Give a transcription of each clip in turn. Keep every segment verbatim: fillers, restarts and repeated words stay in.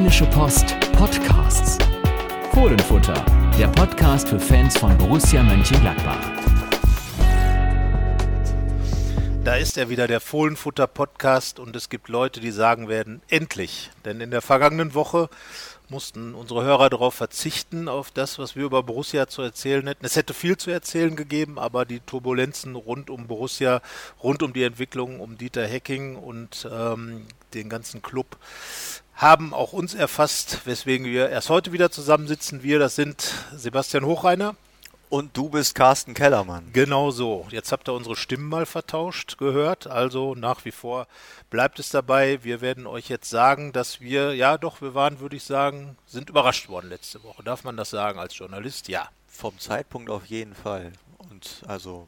Rheinische Post Podcasts. Fohlenfutter, der Podcast für Fans von Borussia Mönchengladbach. Da ist er wieder, der Fohlenfutter-Podcast, und es gibt Leute, die sagen werden, endlich. Denn in der vergangenen Woche mussten unsere Hörer darauf verzichten, auf das, was wir über Borussia zu erzählen hätten. Es hätte viel zu erzählen gegeben, aber die Turbulenzen rund um Borussia, rund um die Entwicklung um Dieter Hecking und ähm, den ganzen Club haben auch uns erfasst, weswegen wir erst heute wieder zusammensitzen. Wir, das sind Sebastian Hochreiner. Und du bist Carsten Kellermann. Genau so. Jetzt habt ihr unsere Stimmen mal vertauscht gehört. Also nach wie vor bleibt es dabei. Wir werden euch jetzt sagen, dass wir, ja doch, wir waren, würde ich sagen, sind überrascht worden letzte Woche. Darf man das sagen als Journalist? Ja. Vom Zeitpunkt auf jeden Fall. Und also,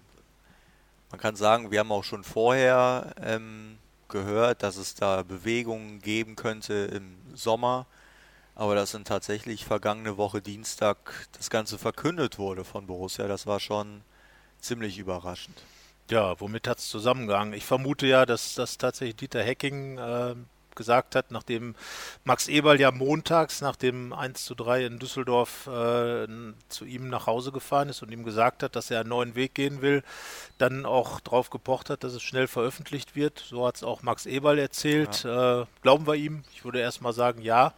man kann sagen, wir haben auch schon vorher ähm, gehört, dass es da Bewegungen geben könnte im Sommer. Aber dass dann tatsächlich vergangene Woche Dienstag das Ganze verkündet wurde von Borussia, das war schon ziemlich überraschend. Ja, womit hat es zusammengehangen? Ich vermute ja, dass das tatsächlich Dieter Hecking äh, gesagt hat, nachdem Max Eberl ja montags nach dem eins zu drei in Düsseldorf äh, zu ihm nach Hause gefahren ist und ihm gesagt hat, dass er einen neuen Weg gehen will, dann auch drauf gepocht hat, dass es schnell veröffentlicht wird. So hat es auch Max Eberl erzählt. Ja. Äh, glauben wir ihm? Ich würde erst mal sagen, ja.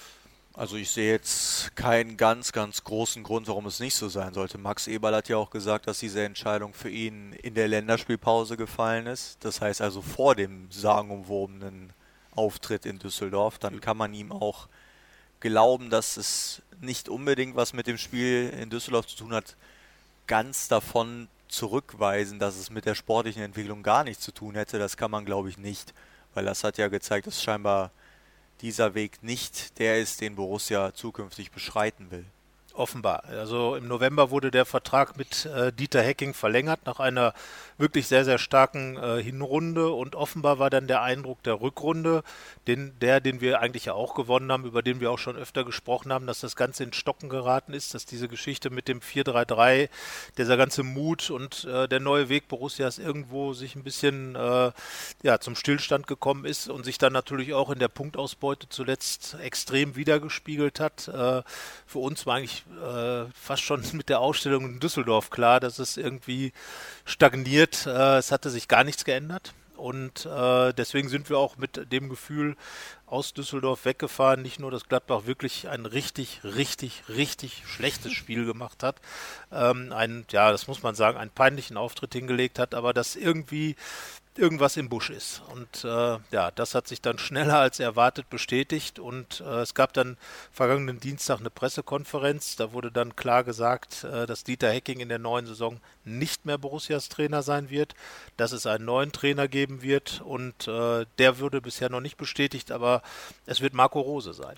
Also ich sehe jetzt keinen ganz, ganz großen Grund, warum es nicht so sein sollte. Max Eberl hat ja auch gesagt, dass diese Entscheidung für ihn in der Länderspielpause gefallen ist. Das heißt also vor dem sagenumwobenen Auftritt in Düsseldorf. Dann kann man ihm auch glauben, dass es nicht unbedingt was mit dem Spiel in Düsseldorf zu tun hat, ganz davon zurückweisen, dass es mit der sportlichen Entwicklung gar nichts zu tun hätte. Das kann man, glaube ich, nicht, weil das hat ja gezeigt, dass scheinbar dieser Weg nicht der ist, den Borussia zukünftig beschreiten will. Offenbar. Also im November wurde der Vertrag mit äh, Dieter Hecking verlängert nach einer wirklich sehr, sehr starken äh, Hinrunde, und offenbar war dann der Eindruck der Rückrunde, den, der, den wir eigentlich ja auch gewonnen haben, über den wir auch schon öfter gesprochen haben, dass das Ganze in Stocken geraten ist, dass diese Geschichte mit dem vier drei drei, dieser ganze Mut und äh, der neue Weg Borussias irgendwo sich ein bisschen äh, ja, zum Stillstand gekommen ist und sich dann natürlich auch in der Punktausbeute zuletzt extrem wiedergespiegelt hat. Äh, für uns war eigentlich Äh, fast schon mit der Ausstellung in Düsseldorf klar, dass es irgendwie stagniert. Äh, es hatte sich gar nichts geändert, und äh, deswegen sind wir auch mit dem Gefühl aus Düsseldorf weggefahren. Nicht nur, dass Gladbach wirklich ein richtig, richtig, richtig schlechtes Spiel gemacht hat, ähm, einen, ja, das muss man sagen, einen peinlichen Auftritt hingelegt hat, aber dass irgendwie irgendwas im Busch ist. Und äh, ja, das hat sich dann schneller als erwartet bestätigt, und äh, es gab dann vergangenen Dienstag eine Pressekonferenz. Da wurde dann klar gesagt, äh, dass Dieter Hecking in der neuen Saison nicht mehr Borussias Trainer sein wird, dass es einen neuen Trainer geben wird, und äh, der wurde bisher noch nicht bestätigt, aber es wird Marco Rose sein.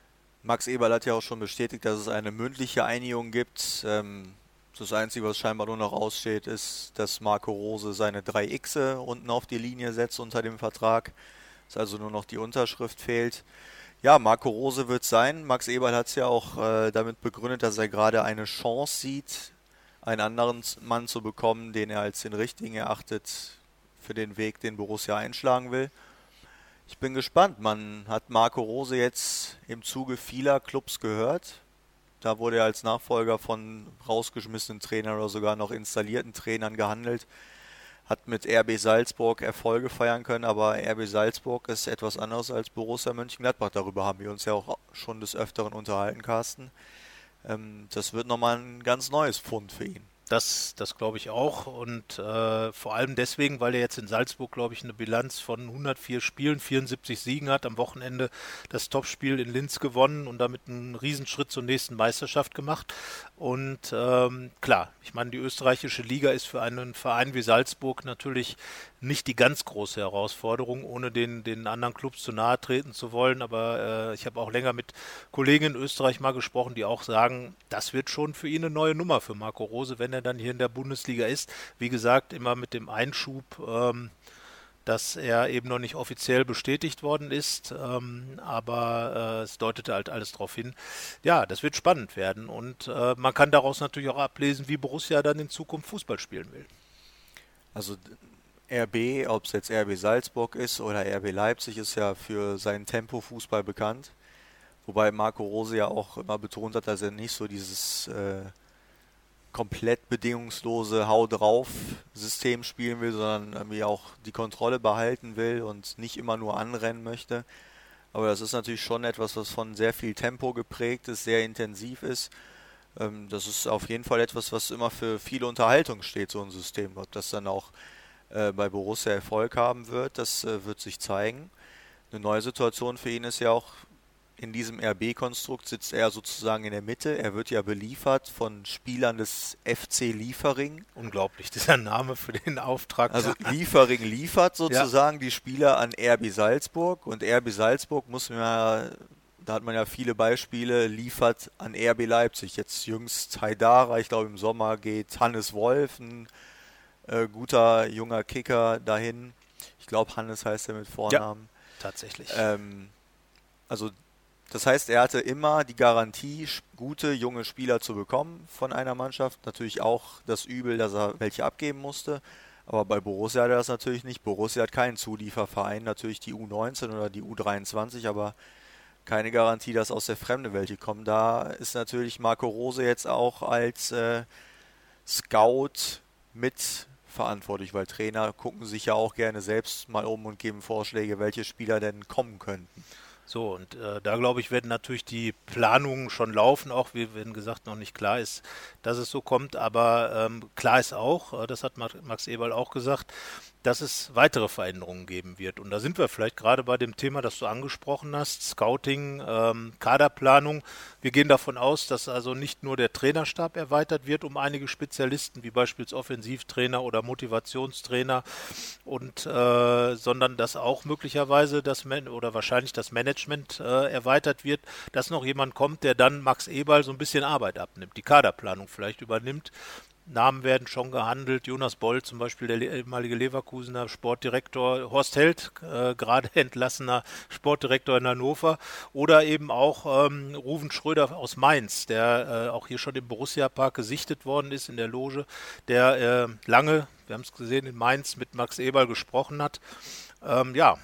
Max Eberl hat ja auch schon bestätigt, dass es eine mündliche Einigung gibt. Ähm Das Einzige, was scheinbar nur noch aussteht, ist, dass Marco Rose seine drei Xe unten auf die Linie setzt unter dem Vertrag. Dass also nur noch die Unterschrift fehlt. Ja, Marco Rose wird sein. Max Eberl hat es ja auch äh, damit begründet, dass er gerade eine Chance sieht, einen anderen Mann zu bekommen, den er als den richtigen erachtet für den Weg, den Borussia einschlagen will. Ich bin gespannt. Man hat Marco Rose jetzt im Zuge vieler Clubs gehört. Da wurde er als Nachfolger von rausgeschmissenen Trainern oder sogar noch installierten Trainern gehandelt. Hat mit R B Salzburg Erfolge feiern können, aber R B Salzburg ist etwas anderes als Borussia Mönchengladbach. Darüber haben wir uns ja auch schon des Öfteren unterhalten, Carsten. Ähm, das wird nochmal ein ganz neues Pfund für ihn. Das, das glaube ich auch, und äh, vor allem deswegen, weil er jetzt in Salzburg, glaube ich, eine Bilanz von hundertvier Spielen, vierundsiebzig Siegen hat, am Wochenende das Topspiel in Linz gewonnen und damit einen Riesenschritt zur nächsten Meisterschaft gemacht. Und ähm, klar, ich meine, die österreichische Liga ist für einen Verein wie Salzburg natürlich nicht die ganz große Herausforderung, ohne den, den anderen Clubs zu nahe treten zu wollen, aber äh, ich habe auch länger mit Kollegen in Österreich mal gesprochen, die auch sagen, das wird schon für ihn eine neue Nummer für Marco Rose, wenn er dann hier in der Bundesliga ist. Wie gesagt, immer mit dem Einschub, ähm, dass er eben noch nicht offiziell bestätigt worden ist, ähm, aber äh, es deutete halt alles darauf hin. Ja, das wird spannend werden, und äh, man kann daraus natürlich auch ablesen, wie Borussia dann in Zukunft Fußball spielen will. Also R B, ob es jetzt R B Salzburg ist oder R B Leipzig, ist ja für seinen Tempo-Fußball bekannt. Wobei Marco Rose ja auch immer betont hat, dass er nicht so dieses äh, komplett bedingungslose Hau-drauf-System spielen will, sondern irgendwie auch die Kontrolle behalten will und nicht immer nur anrennen möchte. Aber das ist natürlich schon etwas, was von sehr viel Tempo geprägt ist, sehr intensiv ist. Ähm, das ist auf jeden Fall etwas, was immer für viele Unterhaltung steht, so ein System. Ob das dann auch äh, bei Borussia Erfolg haben wird, das äh, wird sich zeigen. Eine neue Situation für ihn ist ja auch, in diesem R B-Konstrukt sitzt er sozusagen in der Mitte. Er wird ja beliefert von Spielern des F C Liefering. Unglaublich, dieser Name für den Auftrag. Also Liefering liefert sozusagen ja. die Spieler an R B Salzburg. Und R B Salzburg muss man ja, da hat man ja viele Beispiele, liefert an R B Leipzig. Jetzt jüngst Haidara, ich glaube im Sommer geht Hannes Wolf, ein äh, guter junger Kicker dahin. Ich glaube Hannes heißt er mit Vornamen. Ja, tatsächlich. Ähm, also das heißt, er hatte immer die Garantie, gute junge Spieler zu bekommen von einer Mannschaft. Natürlich auch das Übel, dass er welche abgeben musste. Aber bei Borussia hat er das natürlich nicht. Borussia hat keinen Zulieferverein, natürlich die U neunzehn oder die U dreiundzwanzig, aber keine Garantie, dass aus der Fremde welche kommen. Da ist natürlich Marco Rose jetzt auch als äh, Scout mit verantwortlich, weil Trainer gucken sich ja auch gerne selbst mal um und geben Vorschläge, welche Spieler denn kommen könnten. So, und äh, da glaube ich, werden natürlich die Planungen schon laufen, auch wie wenn gesagt noch nicht klar ist, dass es so kommt, aber ähm, klar ist auch, äh, das hat Max Eberl auch gesagt, dass es weitere Veränderungen geben wird. Und da sind wir vielleicht gerade bei dem Thema, das du angesprochen hast, Scouting, ähm, Kaderplanung. Wir gehen davon aus, dass also nicht nur der Trainerstab erweitert wird um einige Spezialisten, wie beispielsweise Offensivtrainer oder Motivationstrainer, und äh, sondern dass auch möglicherweise das Man- oder wahrscheinlich das Management äh, erweitert wird, dass noch jemand kommt, der dann Max Eberl so ein bisschen Arbeit abnimmt, die Kaderplanung vielleicht übernimmt. Namen werden schon gehandelt, Jonas Boll zum Beispiel, der ehemalige Leverkusener Sportdirektor, Horst Held, äh, gerade entlassener Sportdirektor in Hannover, oder eben auch ähm, Ruven Schröder aus Mainz, der äh, auch hier schon im Borussia-Park gesichtet worden ist in der Loge, der äh, lange, wir haben es gesehen, in Mainz mit Max Eberl gesprochen hat. Ähm, ja,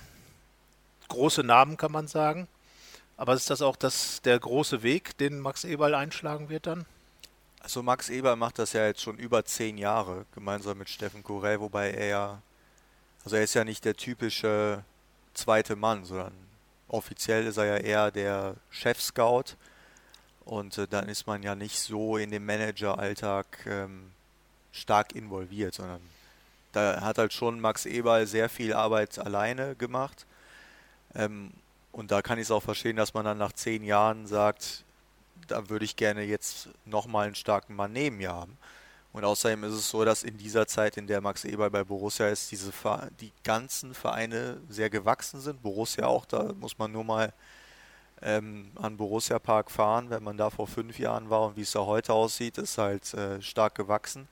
große Namen kann man sagen, aber ist das auch das, der große Weg, den Max Eberl einschlagen wird dann? Also Max Eberl macht das ja jetzt schon über zehn Jahre, gemeinsam mit Steffen Korell, wobei er ja, also er ist ja nicht der typische zweite Mann, sondern offiziell ist er ja eher der Chef-Scout, und äh, dann ist man ja nicht so in dem Manager-Alltag ähm, stark involviert, sondern da hat halt schon Max Eberl sehr viel Arbeit alleine gemacht, ähm, und da kann ich es auch verstehen, dass man dann nach zehn Jahren sagt, da würde ich gerne jetzt nochmal einen starken Mann neben mir haben. Und außerdem ist es so, dass in dieser Zeit, in der Max Eberl bei Borussia ist, diese Ver- die ganzen Vereine sehr gewachsen sind. Borussia auch, da muss man nur mal ähm, an Borussia Park fahren, wenn man da vor fünf Jahren war, und wie es da heute aussieht, ist halt äh, stark gewachsen.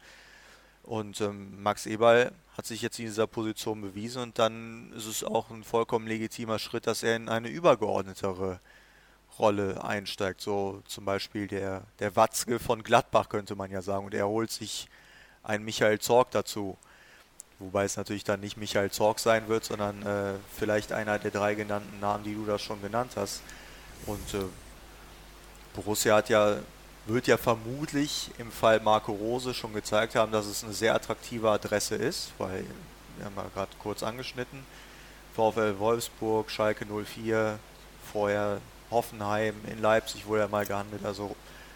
Und ähm, Max Eberl hat sich jetzt in dieser Position bewiesen, und dann ist es auch ein vollkommen legitimer Schritt, dass er in eine übergeordnetere Rolle einsteigt, so zum Beispiel der, der Watzke von Gladbach, könnte man ja sagen, und er holt sich einen Michael Zorc dazu, wobei es natürlich dann nicht Michael Zorc sein wird, sondern äh, vielleicht einer der drei genannten Namen, die du da schon genannt hast. Und äh, Borussia hat ja, wird ja vermutlich im Fall Marco Rose schon gezeigt haben, dass es eine sehr attraktive Adresse ist, weil, wir haben ja gerade kurz angeschnitten, VfL Wolfsburg, Schalke null vier, vorher Hoffenheim, in Leipzig wurde er mal gehandelt. Also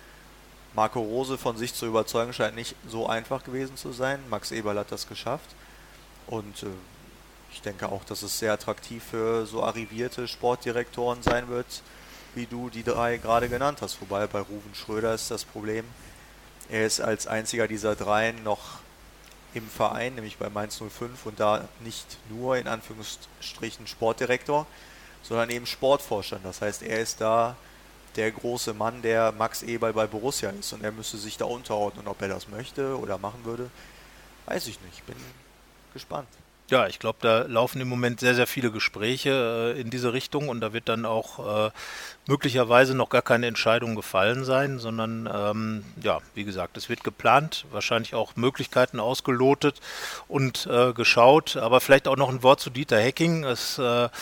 Marco Rose von sich zu überzeugen scheint nicht so einfach gewesen zu sein. Max Eberl hat das geschafft. Und äh, ich denke auch, dass es sehr attraktiv für so arrivierte Sportdirektoren sein wird, wie du die drei gerade genannt hast. Wobei bei Ruven Schröder ist das Problem, er ist als einziger dieser dreien noch im Verein, nämlich bei Mainz null fünf, und da nicht nur in Anführungsstrichen Sportdirektor, sondern eben Sportvorstand. Das heißt, er ist da der große Mann, der Max Eberl bei Borussia ist, und er müsste sich da unterordnen. Ob er das möchte oder machen würde, weiß ich nicht. Bin gespannt. Ja, ich glaube, da laufen im Moment sehr, sehr viele Gespräche äh, in diese Richtung, und da wird dann auch äh, möglicherweise noch gar keine Entscheidung gefallen sein, sondern ähm, ja, wie gesagt, es wird geplant, wahrscheinlich auch Möglichkeiten ausgelotet und äh, geschaut, aber vielleicht auch noch ein Wort zu Dieter Hecking. Es äh,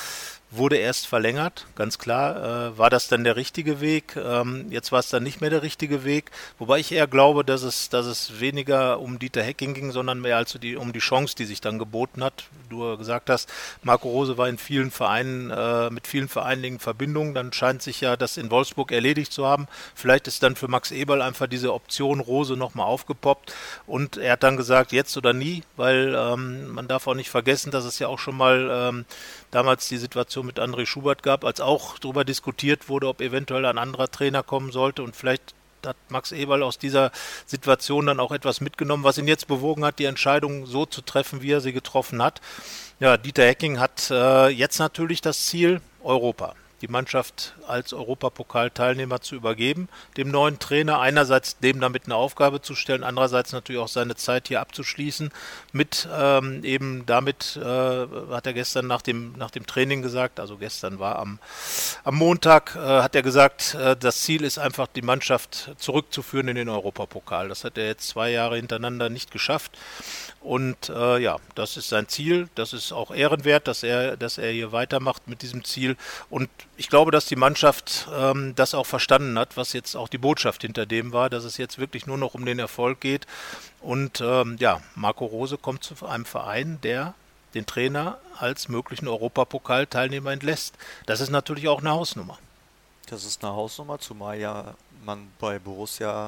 wurde erst verlängert, ganz klar. Äh, war das dann der richtige Weg? Ähm, jetzt war es dann nicht mehr der richtige Weg, wobei ich eher glaube, dass es, dass es weniger um Dieter Hecking ging, sondern mehr als die, um die Chance, die sich dann geboten hat. Du gesagt hast, Marco Rose war in vielen Vereinen, äh, mit vielen Vereinen in Verbindung, dann scheint sich ja das in Wolfsburg erledigt zu haben. Vielleicht ist dann für Max Eberl einfach diese Option Rose nochmal aufgepoppt und er hat dann gesagt, jetzt oder nie, weil ähm, man darf auch nicht vergessen, dass es ja auch schon mal ähm, damals die Situation mit André Schubert gab, als auch darüber diskutiert wurde, ob eventuell ein anderer Trainer kommen sollte und vielleicht hat Max Eberl aus dieser Situation dann auch etwas mitgenommen, was ihn jetzt bewogen hat, die Entscheidung so zu treffen, wie er sie getroffen hat. Ja, Dieter Hecking hat äh, jetzt natürlich das Ziel Europa. Die Mannschaft als Europapokalteilnehmer zu übergeben, dem neuen Trainer, einerseits dem damit eine Aufgabe zu stellen, andererseits natürlich auch seine Zeit hier abzuschließen, mit ähm, eben damit, äh, hat er gestern nach dem, nach dem Training gesagt, also gestern war am, am Montag, äh, hat er gesagt, äh, das Ziel ist einfach, die Mannschaft zurückzuführen in den Europapokal. Das hat er jetzt zwei Jahre hintereinander nicht geschafft. Und äh, ja, das ist sein Ziel, das ist auch ehrenwert, dass er, dass er hier weitermacht mit diesem Ziel. Und ich glaube, dass die Mannschaft ähm, das auch verstanden hat, was jetzt auch die Botschaft hinter dem war, dass es jetzt wirklich nur noch um den Erfolg geht. Und ähm, ja, Marco Rose kommt zu einem Verein, der den Trainer als möglichen Europapokalteilnehmer entlässt. Das ist natürlich auch eine Hausnummer. Das ist eine Hausnummer, zumal ja man bei Borussia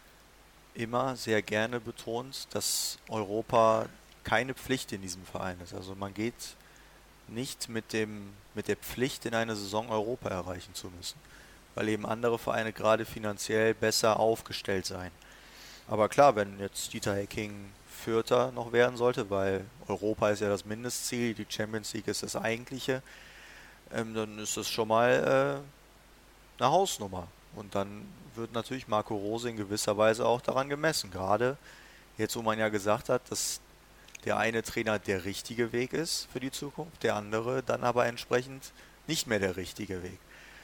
immer sehr gerne betont, dass Europa keine Pflicht in diesem Verein ist. Also man geht nicht mit dem mit der Pflicht in eine Saison Europa erreichen zu müssen, weil eben andere Vereine gerade finanziell besser aufgestellt seien. Aber klar, wenn jetzt Dieter Hecking Vierter noch werden sollte, weil Europa ist ja das Mindestziel, die Champions League ist das eigentliche, ähm, dann ist das schon mal äh, eine Hausnummer. Und dann wird natürlich Marco Rose in gewisser Weise auch daran gemessen. Gerade jetzt, wo man ja gesagt hat, dass der eine Trainer der richtige Weg ist für die Zukunft, der andere dann aber entsprechend nicht mehr der richtige Weg.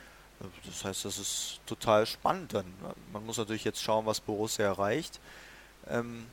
Das heißt, das ist total spannend dann. Man muss natürlich jetzt schauen, was Borussia erreicht. Ähm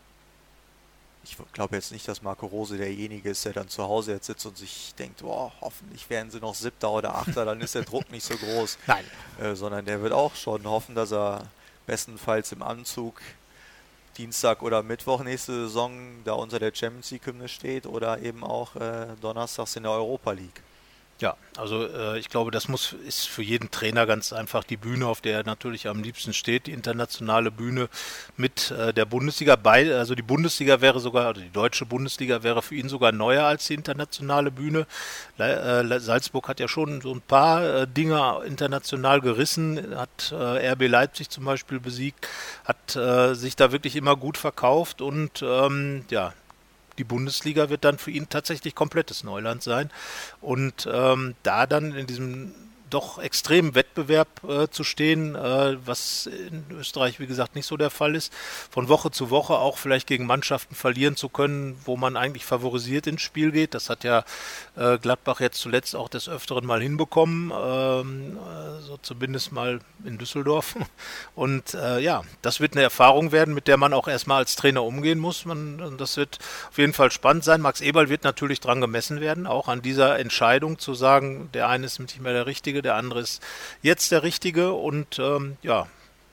ich glaube jetzt nicht, dass Marco Rose derjenige ist, der dann zu Hause jetzt sitzt und sich denkt, boah, hoffentlich werden sie noch Siebter oder Achter, dann ist der Druck nicht so groß. Nein. Äh, sondern der wird auch schon hoffen, dass er bestenfalls im Anzug Dienstag oder Mittwoch nächste Saison da unter der Champions League-Hymne steht oder eben auch äh, donnerstags in der Europa League. Ja, also äh, ich glaube, das muss ist für jeden Trainer ganz einfach die Bühne, auf der er natürlich am liebsten steht, die internationale Bühne mit äh, der Bundesliga. Bei, also die Bundesliga wäre sogar, also die deutsche Bundesliga wäre für ihn sogar neuer als die internationale Bühne. Le- äh, Salzburg hat ja schon so ein paar äh, Dinge international gerissen, hat äh, R B Leipzig zum Beispiel besiegt, hat äh, sich da wirklich immer gut verkauft und ähm, ja, die Bundesliga wird dann für ihn tatsächlich komplettes Neuland sein. Und ähm, da dann in diesem doch extremen Wettbewerb äh, zu stehen, äh, was in Österreich, wie gesagt, nicht so der Fall ist, von Woche zu Woche auch vielleicht gegen Mannschaften verlieren zu können, wo man eigentlich favorisiert ins Spiel geht. Das hat ja äh, Gladbach jetzt zuletzt auch des Öfteren mal hinbekommen, ähm, äh, so zumindest mal in Düsseldorf. Und äh, ja, das wird eine Erfahrung werden, mit der man auch erstmal als Trainer umgehen muss. Man, das wird auf jeden Fall spannend sein. Max Eberl wird natürlich dran gemessen werden, auch an dieser Entscheidung zu sagen, der eine ist nicht mehr der Richtige, der andere ist jetzt der Richtige und ähm, ja,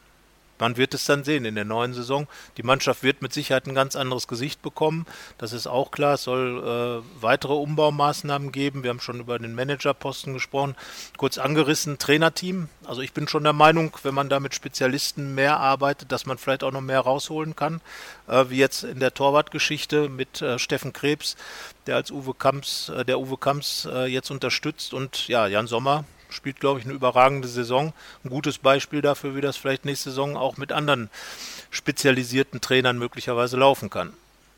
man wird es dann sehen in der neuen Saison. Die Mannschaft wird mit Sicherheit ein ganz anderes Gesicht bekommen, das ist auch klar. Es soll äh, weitere Umbaumaßnahmen geben, wir haben schon über den Managerposten gesprochen, kurz angerissen, Trainerteam. Also ich bin schon der Meinung, wenn man da mit Spezialisten mehr arbeitet, dass man vielleicht auch noch mehr rausholen kann, äh, wie jetzt in der Torwartgeschichte mit äh, Steffen Krebs, der als Uwe Kamps, äh, der Uwe Kamps äh, jetzt unterstützt und ja, Jan Sommer spielt, glaube ich, eine überragende Saison. Ein gutes Beispiel dafür, wie das vielleicht nächste Saison auch mit anderen spezialisierten Trainern möglicherweise laufen kann.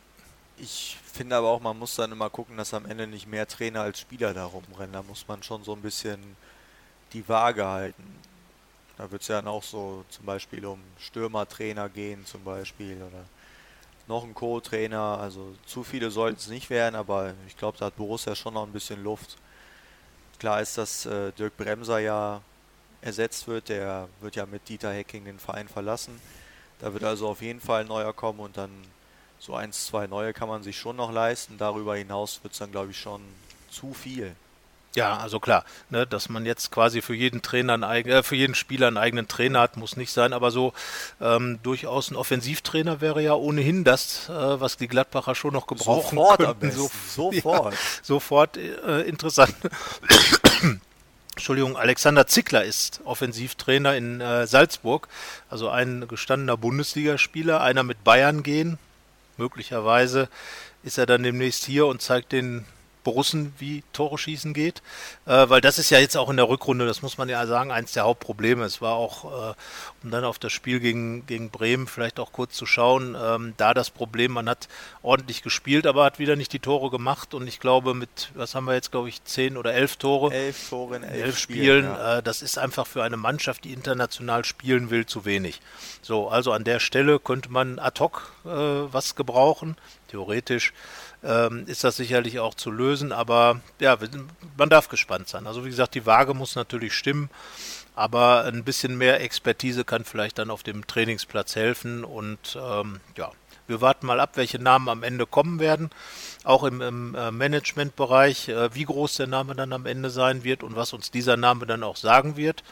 Ich finde aber auch, man muss dann immer gucken, dass am Ende nicht mehr Trainer als Spieler da rumrennen. Da muss man schon so ein bisschen die Waage halten. Da wird es ja dann auch so zum Beispiel um Stürmertrainer gehen zum Beispiel oder noch ein Co-Trainer. Also zu viele sollten es nicht werden, aber ich glaube, da hat Borussia schon noch ein bisschen Luft. Klar ist, dass äh, Dirk Bremser ja ersetzt wird, der wird ja mit Dieter Hecking den Verein verlassen. Da wird also auf jeden Fall ein neuer kommen und dann so eins, zwei neue kann man sich schon noch leisten. Darüber hinaus wird es dann, glaube ich, schon zu viel. Ja, also klar, ne, dass man jetzt quasi für jeden Trainer einen eigen, äh, für jeden Spieler einen eigenen Trainer hat, muss nicht sein, aber so ähm, durchaus ein Offensivtrainer wäre ja ohnehin das, äh, was die Gladbacher schon noch gebrauchen Sofort könnten. am besten. So, Sofort. Ja, sofort äh, interessant. Entschuldigung, Alexander Zickler ist Offensivtrainer in äh, Salzburg, also ein gestandener Bundesligaspieler, einer mit Bayern gehen. Möglicherweise ist er dann demnächst hier und zeigt den Borussen, wie Tore schießen geht, äh, weil das ist ja jetzt auch in der Rückrunde, das muss man ja sagen, eins der Hauptprobleme. Es war auch, äh, um dann auf das Spiel gegen, gegen Bremen vielleicht auch kurz zu schauen, ähm, da das Problem, man hat ordentlich gespielt, aber hat wieder nicht die Tore gemacht und ich glaube mit, was haben wir jetzt, glaube ich, zehn oder elf Tore? Elf Tore in elf, elf Spielen, Spielen, ja. äh, das ist einfach für eine Mannschaft, die international spielen will, zu wenig. So, also an der Stelle könnte man ad hoc äh, was gebrauchen, theoretisch. Ähm, ist das sicherlich auch zu lösen, aber ja, man darf gespannt sein. Also wie gesagt, die Waage muss natürlich stimmen, aber ein bisschen mehr Expertise kann vielleicht dann auf dem Trainingsplatz helfen und ähm, ja, wir warten mal ab, welche Namen am Ende kommen werden, auch im, im äh, Managementbereich, äh, wie groß der Name dann am Ende sein wird und was uns dieser Name dann auch sagen wird.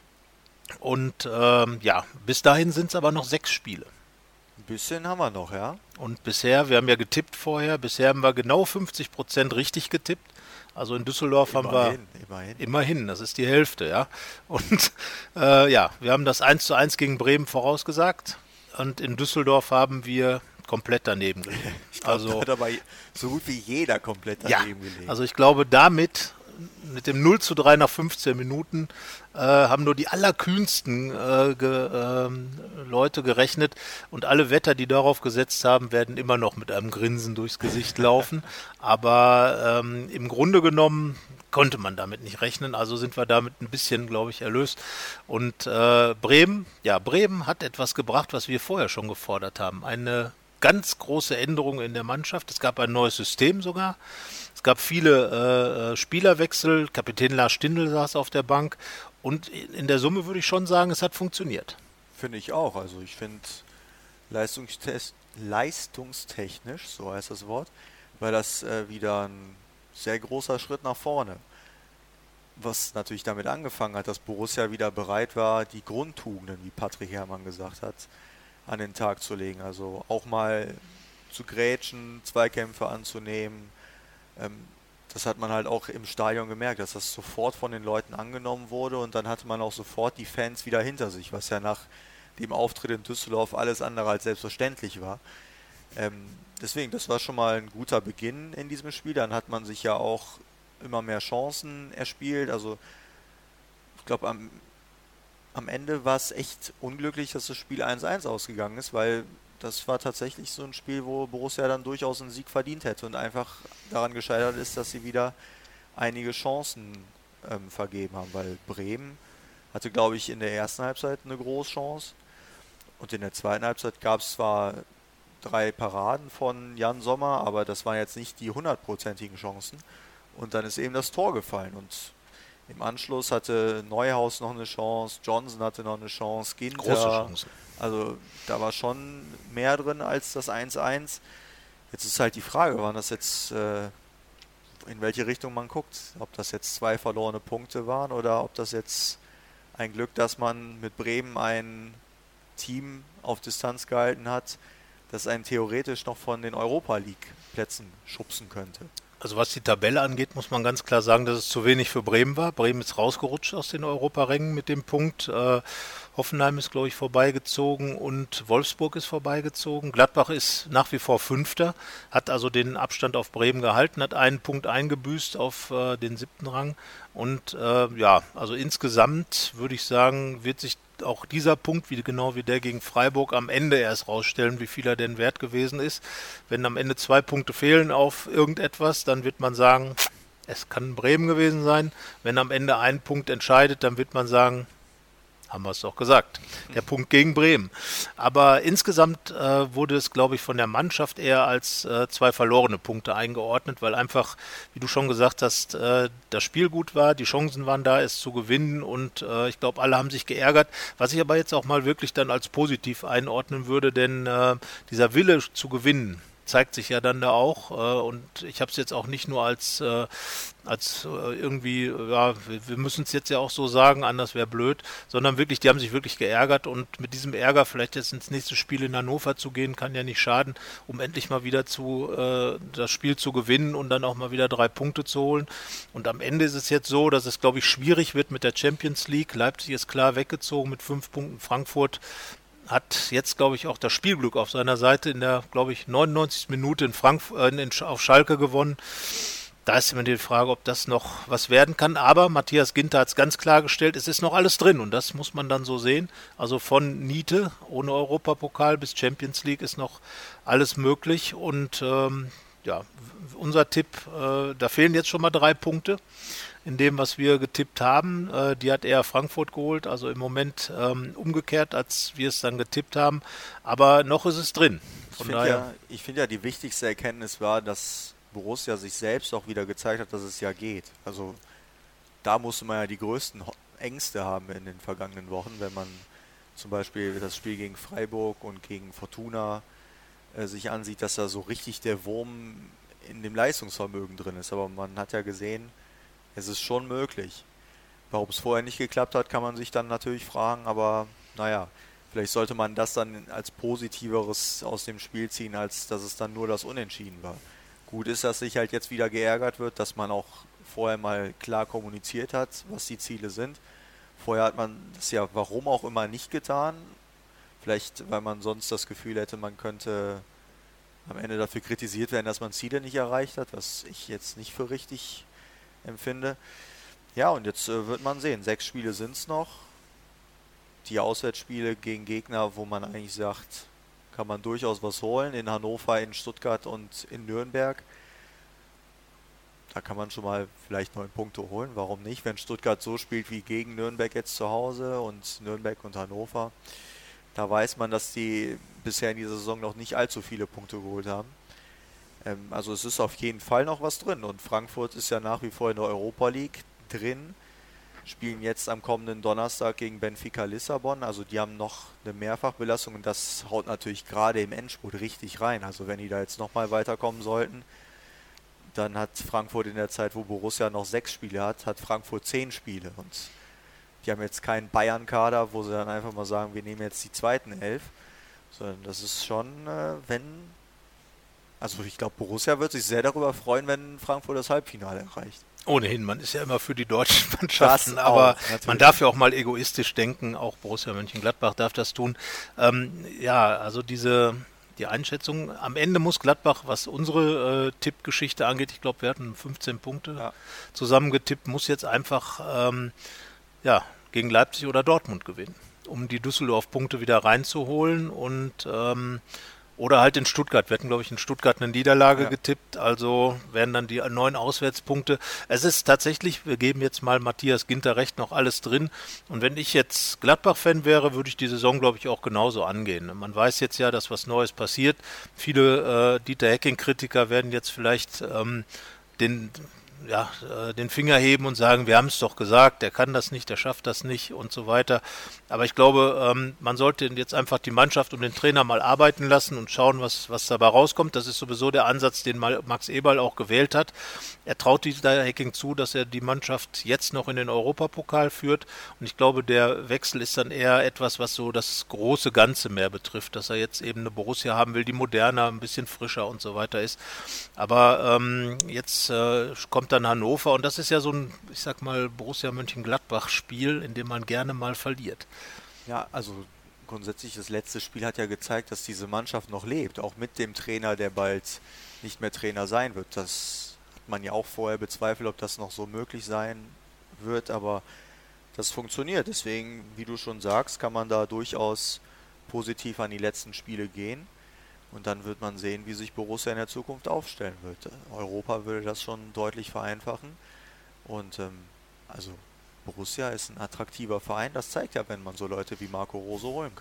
Und ähm, ja, bis dahin sind es aber noch sechs Spiele. Ein bisschen haben wir noch, ja. Und bisher, wir haben ja getippt vorher, bisher haben wir genau fünfzig Prozent richtig getippt. Also in Düsseldorf Immerhin, haben wir immerhin. immerhin, das ist die Hälfte, ja. Und äh, ja, wir haben das eins zu eins gegen Bremen vorausgesagt und in Düsseldorf haben wir komplett daneben gelegen. Ich glaube, Also, da hat aber so gut wie jeder komplett ja, daneben gelegen. also ich glaube damit, mit dem null zu drei nach fünfzehn Minuten äh, haben nur die allerkühnsten äh, ge, äh, Leute gerechnet und alle Wetter, die darauf gesetzt haben, werden immer noch mit einem Grinsen durchs Gesicht laufen. Aber ähm, im Grunde genommen konnte man damit nicht rechnen, also sind wir damit ein bisschen, glaube ich, erlöst. Und äh, Bremen, ja, Bremen hat etwas gebracht, was wir vorher schon gefordert haben. Eine ganz große Änderung in der Mannschaft. Es gab ein neues System sogar. Es gab viele äh, Spielerwechsel. Kapitän Lars Stindl saß auf der Bank. Und in der Summe würde ich schon sagen, es hat funktioniert. Finde ich auch. Also ich finde leistungstest- leistungstechnisch, so heißt das Wort, war das äh, wieder ein sehr großer Schritt nach vorne. Was natürlich damit angefangen hat, dass Borussia wieder bereit war, die Grundtugenden, wie Patrick Herrmann gesagt hat, an den Tag zu legen. Also auch mal zu grätschen, Zweikämpfe anzunehmen. Ähm, das hat man halt auch im Stadion gemerkt, dass das sofort von den Leuten angenommen wurde und dann hatte man auch sofort die Fans wieder hinter sich, was ja nach dem Auftritt in Düsseldorf alles andere als selbstverständlich war. Ähm, deswegen, das war schon mal ein guter Beginn in diesem Spiel. Dann hat man sich ja auch immer mehr Chancen erspielt. Also ich glaube, am Am Ende war es echt unglücklich, dass das Spiel eins eins ausgegangen ist, weil das war tatsächlich so ein Spiel, wo Borussia dann durchaus einen Sieg verdient hätte und einfach daran gescheitert ist, dass sie wieder einige Chancen ähm, vergeben haben, weil Bremen hatte, glaube ich, in der ersten Halbzeit eine Großchance und in der zweiten Halbzeit gab es zwar drei Paraden von Jan Sommer, aber das waren jetzt nicht die hundertprozentigen Chancen und dann ist eben das Tor gefallen und im Anschluss hatte Neuhaus noch eine Chance, Johnson hatte noch eine Chance, Ginter. Große Chance. Also da war schon mehr drin als das eins eins. Jetzt ist halt die Frage, wann das jetzt, äh, in welche Richtung man guckt. Ob das jetzt zwei verlorene Punkte waren oder ob das jetzt ein Glück, dass man mit Bremen ein Team auf Distanz gehalten hat, das einen theoretisch noch von den Europa League Plätzen schubsen könnte. Also was die Tabelle angeht, muss man ganz klar sagen, dass es zu wenig für Bremen war. Bremen ist rausgerutscht aus den Europarängen mit dem Punkt. Äh, Hoffenheim ist, glaube ich, vorbeigezogen und Wolfsburg ist vorbeigezogen. Gladbach ist nach wie vor Fünfter, hat also den Abstand auf Bremen gehalten, hat einen Punkt eingebüßt auf äh, den siebten Rang. Und äh, ja, also insgesamt würde ich sagen, wird sich auch dieser Punkt, wie genau wie der gegen Freiburg, am Ende erst rausstellen, wie viel er denn wert gewesen ist. Wenn am Ende zwei Punkte fehlen auf irgendetwas, dann wird man sagen, es kann Bremen gewesen sein. Wenn am Ende ein Punkt entscheidet, dann wird man sagen, haben wir es doch gesagt, der Punkt gegen Bremen. Aber insgesamt äh, wurde es, glaube ich, von der Mannschaft eher als äh, zwei verlorene Punkte eingeordnet, weil einfach, wie du schon gesagt hast, äh, das Spiel gut war, die Chancen waren da, es zu gewinnen und äh, ich glaube, alle haben sich geärgert, was ich aber jetzt auch mal wirklich dann als positiv einordnen würde, denn äh, dieser Wille zu gewinnen, zeigt sich ja dann da auch. Äh, und ich habe es jetzt auch nicht nur als, äh, als äh, irgendwie, ja, wir, wir müssen es jetzt ja auch so sagen, anders wäre blöd, sondern wirklich, die haben sich wirklich geärgert und mit diesem Ärger vielleicht jetzt ins nächste Spiel in Hannover zu gehen, kann ja nicht schaden, um endlich mal wieder zu äh, das Spiel zu gewinnen und dann auch mal wieder drei Punkte zu holen. Und am Ende ist es jetzt so, dass es, glaube ich, schwierig wird mit der Champions League. Leipzig ist klar weggezogen mit fünf Punkten. Frankfurt hat jetzt, glaube ich, auch das Spielglück auf seiner Seite in der, glaube ich, neunundneunzigsten Minute in Frank- äh, in, auf Schalke gewonnen. Da ist immer die Frage, ob das noch was werden kann. Aber Matthias Ginter hat es ganz klar gestellt, es ist noch alles drin. Und das muss man dann so sehen. Also von Niete ohne Europapokal bis Champions League ist noch alles möglich. Und ähm, ja, unser Tipp, äh, da fehlen jetzt schon mal drei Punkte in dem, was wir getippt haben. Äh, die hat eher Frankfurt geholt, also im Moment ähm, umgekehrt, als wir es dann getippt haben. Aber noch ist es drin. Von ich finde ja, ich find ja, die wichtigste Erkenntnis war, dass Borussia sich selbst auch wieder gezeigt hat, dass es ja geht. Also da musste man ja die größten Ängste haben in den vergangenen Wochen, wenn man zum Beispiel das Spiel gegen Freiburg und gegen Fortuna äh, sich ansieht, dass da so richtig der Wurm in dem Leistungsvermögen drin ist. Aber man hat ja gesehen, es ist schon möglich. Warum es vorher nicht geklappt hat, kann man sich dann natürlich fragen, aber naja, vielleicht sollte man das dann als Positiveres aus dem Spiel ziehen, als dass es dann nur das Unentschieden war. Gut ist, dass sich halt jetzt wieder geärgert wird, dass man auch vorher mal klar kommuniziert hat, was die Ziele sind. Vorher hat man das ja warum auch immer nicht getan. Vielleicht, weil man sonst das Gefühl hätte, man könnte am Ende dafür kritisiert werden, dass man Ziele nicht erreicht hat, was ich jetzt nicht für richtig empfinde. Ja, und jetzt äh, wird man sehen. Sechs Spiele sind es noch. Die Auswärtsspiele gegen Gegner, wo man eigentlich sagt, kann man durchaus was holen. In Hannover, in Stuttgart und in Nürnberg. Da kann man schon mal vielleicht neun Punkte holen. Warum nicht? Wenn Stuttgart so spielt wie gegen Nürnberg jetzt zu Hause und Nürnberg und Hannover, da weiß man, dass die bisher in dieser Saison noch nicht allzu viele Punkte geholt haben. Ähm, also es ist auf jeden Fall noch was drin. Und Frankfurt ist ja nach wie vor in der Europa League drin. Spielen jetzt am kommenden Donnerstag gegen Benfica Lissabon. Also die haben noch eine Mehrfachbelastung und das haut natürlich gerade im Endspurt richtig rein. Also wenn die da jetzt nochmal weiterkommen sollten, dann hat Frankfurt in der Zeit, wo Borussia noch sechs Spiele hat, hat Frankfurt zehn Spiele. Und die haben jetzt keinen Bayern-Kader, wo sie dann einfach mal sagen, wir nehmen jetzt die zweiten elf. Sondern das ist schon, äh, wenn... Also ich glaube, Borussia wird sich sehr darüber freuen, wenn Frankfurt das Halbfinale erreicht. Ohnehin, man ist ja immer für die deutschen Mannschaften, das aber auch, man darf ja auch mal egoistisch denken, auch Borussia Mönchengladbach darf das tun. Ähm, ja, also diese die Einschätzung, am Ende muss Gladbach, was unsere äh, Tippgeschichte angeht, ich glaube, wir hatten fünfzehn Punkte ja. zusammengetippt, muss jetzt einfach ähm, ja, gegen Leipzig oder Dortmund gewinnen, um die Düsseldorf-Punkte wieder reinzuholen und ähm, oder halt in Stuttgart. Wir hatten, glaube ich, in Stuttgart eine Niederlage ja. getippt, also wären dann die neun Auswärtspunkte. Es ist tatsächlich, wir geben jetzt mal Matthias Ginter recht, noch alles drin. Und wenn ich jetzt Gladbach-Fan wäre, würde ich die Saison, glaube ich, auch genauso angehen. Man weiß jetzt ja, dass was Neues passiert. Viele äh, Dieter Hecking-Kritiker werden jetzt vielleicht ähm, den... ja, äh, den Finger heben und sagen, wir haben es doch gesagt, der kann das nicht, der schafft das nicht und so weiter. Aber ich glaube, ähm, man sollte jetzt einfach die Mannschaft und den Trainer mal arbeiten lassen und schauen, was, was dabei rauskommt. Das ist sowieso der Ansatz, den Max Eberl auch gewählt hat. Er traut Dieter Hecking zu, dass er die Mannschaft jetzt noch in den Europapokal führt. Und ich glaube, der Wechsel ist dann eher etwas, was so das große Ganze mehr betrifft, dass er jetzt eben eine Borussia haben will, die moderner, ein bisschen frischer und so weiter ist. Aber ähm, jetzt äh, kommt dann Hannover und das ist ja so ein, ich sag mal, Borussia Mönchengladbach-Spiel, in dem man gerne mal verliert. Ja, also grundsätzlich das letzte Spiel hat ja gezeigt, dass diese Mannschaft noch lebt, auch mit dem Trainer, der bald nicht mehr Trainer sein wird. Das hat man ja auch vorher bezweifelt, ob das noch so möglich sein wird, aber das funktioniert. Deswegen, wie du schon sagst, kann man da durchaus positiv an die letzten Spiele gehen. Und dann wird man sehen, wie sich Borussia in der Zukunft aufstellen wird. Europa würde das schon deutlich vereinfachen. Und ähm, also Borussia ist ein attraktiver Verein. Das zeigt ja, wenn man so Leute wie Marco Rose holen kann.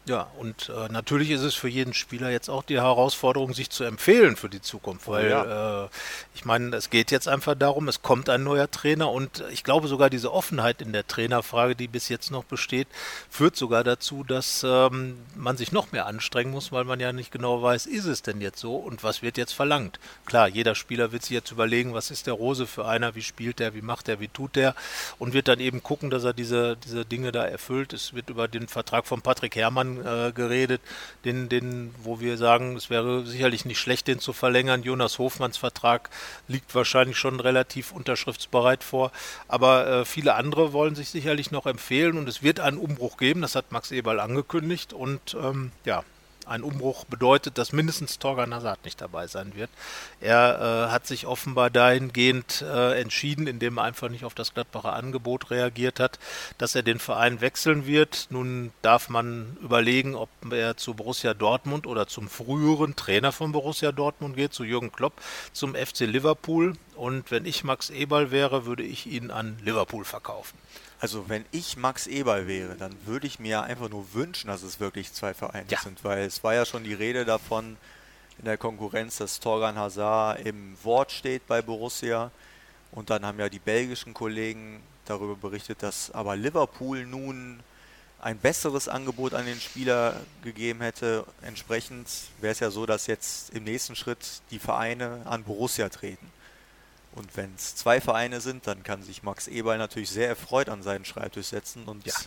Ja, und äh, natürlich ist es für jeden Spieler jetzt auch die Herausforderung, sich zu empfehlen für die Zukunft, weil ja. äh, ich meine, es geht jetzt einfach darum, es kommt ein neuer Trainer und ich glaube sogar diese Offenheit in der Trainerfrage, die bis jetzt noch besteht, führt sogar dazu, dass ähm, man sich noch mehr anstrengen muss, weil man ja nicht genau weiß, ist es denn jetzt so und was wird jetzt verlangt. Klar, jeder Spieler wird sich jetzt überlegen, was ist der Rose für einer, wie spielt der, wie macht der, wie tut der und wird dann eben gucken, dass er diese, diese Dinge da erfüllt. Es wird über den Vertrag von Patrick Herrmann Äh, geredet, den, den, wo wir sagen, es wäre sicherlich nicht schlecht, den zu verlängern. Jonas Hofmanns Vertrag liegt wahrscheinlich schon relativ unterschriftsbereit vor, aber äh, viele andere wollen sich sicherlich noch empfehlen und es wird einen Umbruch geben, das hat Max Eberl angekündigt und ähm, ja, ein Umbruch bedeutet, dass mindestens Thorgan Hazard nicht dabei sein wird. Er äh, hat sich offenbar dahingehend äh, entschieden, indem er einfach nicht auf das Gladbacher Angebot reagiert hat, dass er den Verein wechseln wird. Nun darf man überlegen, ob er zu Borussia Dortmund oder zum früheren Trainer von Borussia Dortmund geht, zu Jürgen Klopp, zum F C Liverpool. Und wenn ich Max Eberl wäre, würde ich ihn an Liverpool verkaufen. Also wenn ich Max Eberl wäre, dann würde ich mir einfach nur wünschen, dass es wirklich zwei Vereine ja. sind, weil es war ja schon die Rede davon in der Konkurrenz, dass Thorgan Hazard im Wort steht bei Borussia und dann haben ja die belgischen Kollegen darüber berichtet, dass aber Liverpool nun ein besseres Angebot an den Spieler gegeben hätte. Entsprechend wäre es ja so, dass jetzt im nächsten Schritt die Vereine an Borussia treten. Und wenn es zwei Vereine sind, dann kann sich Max Eberl natürlich sehr erfreut an seinen Schreibtisch setzen und ja.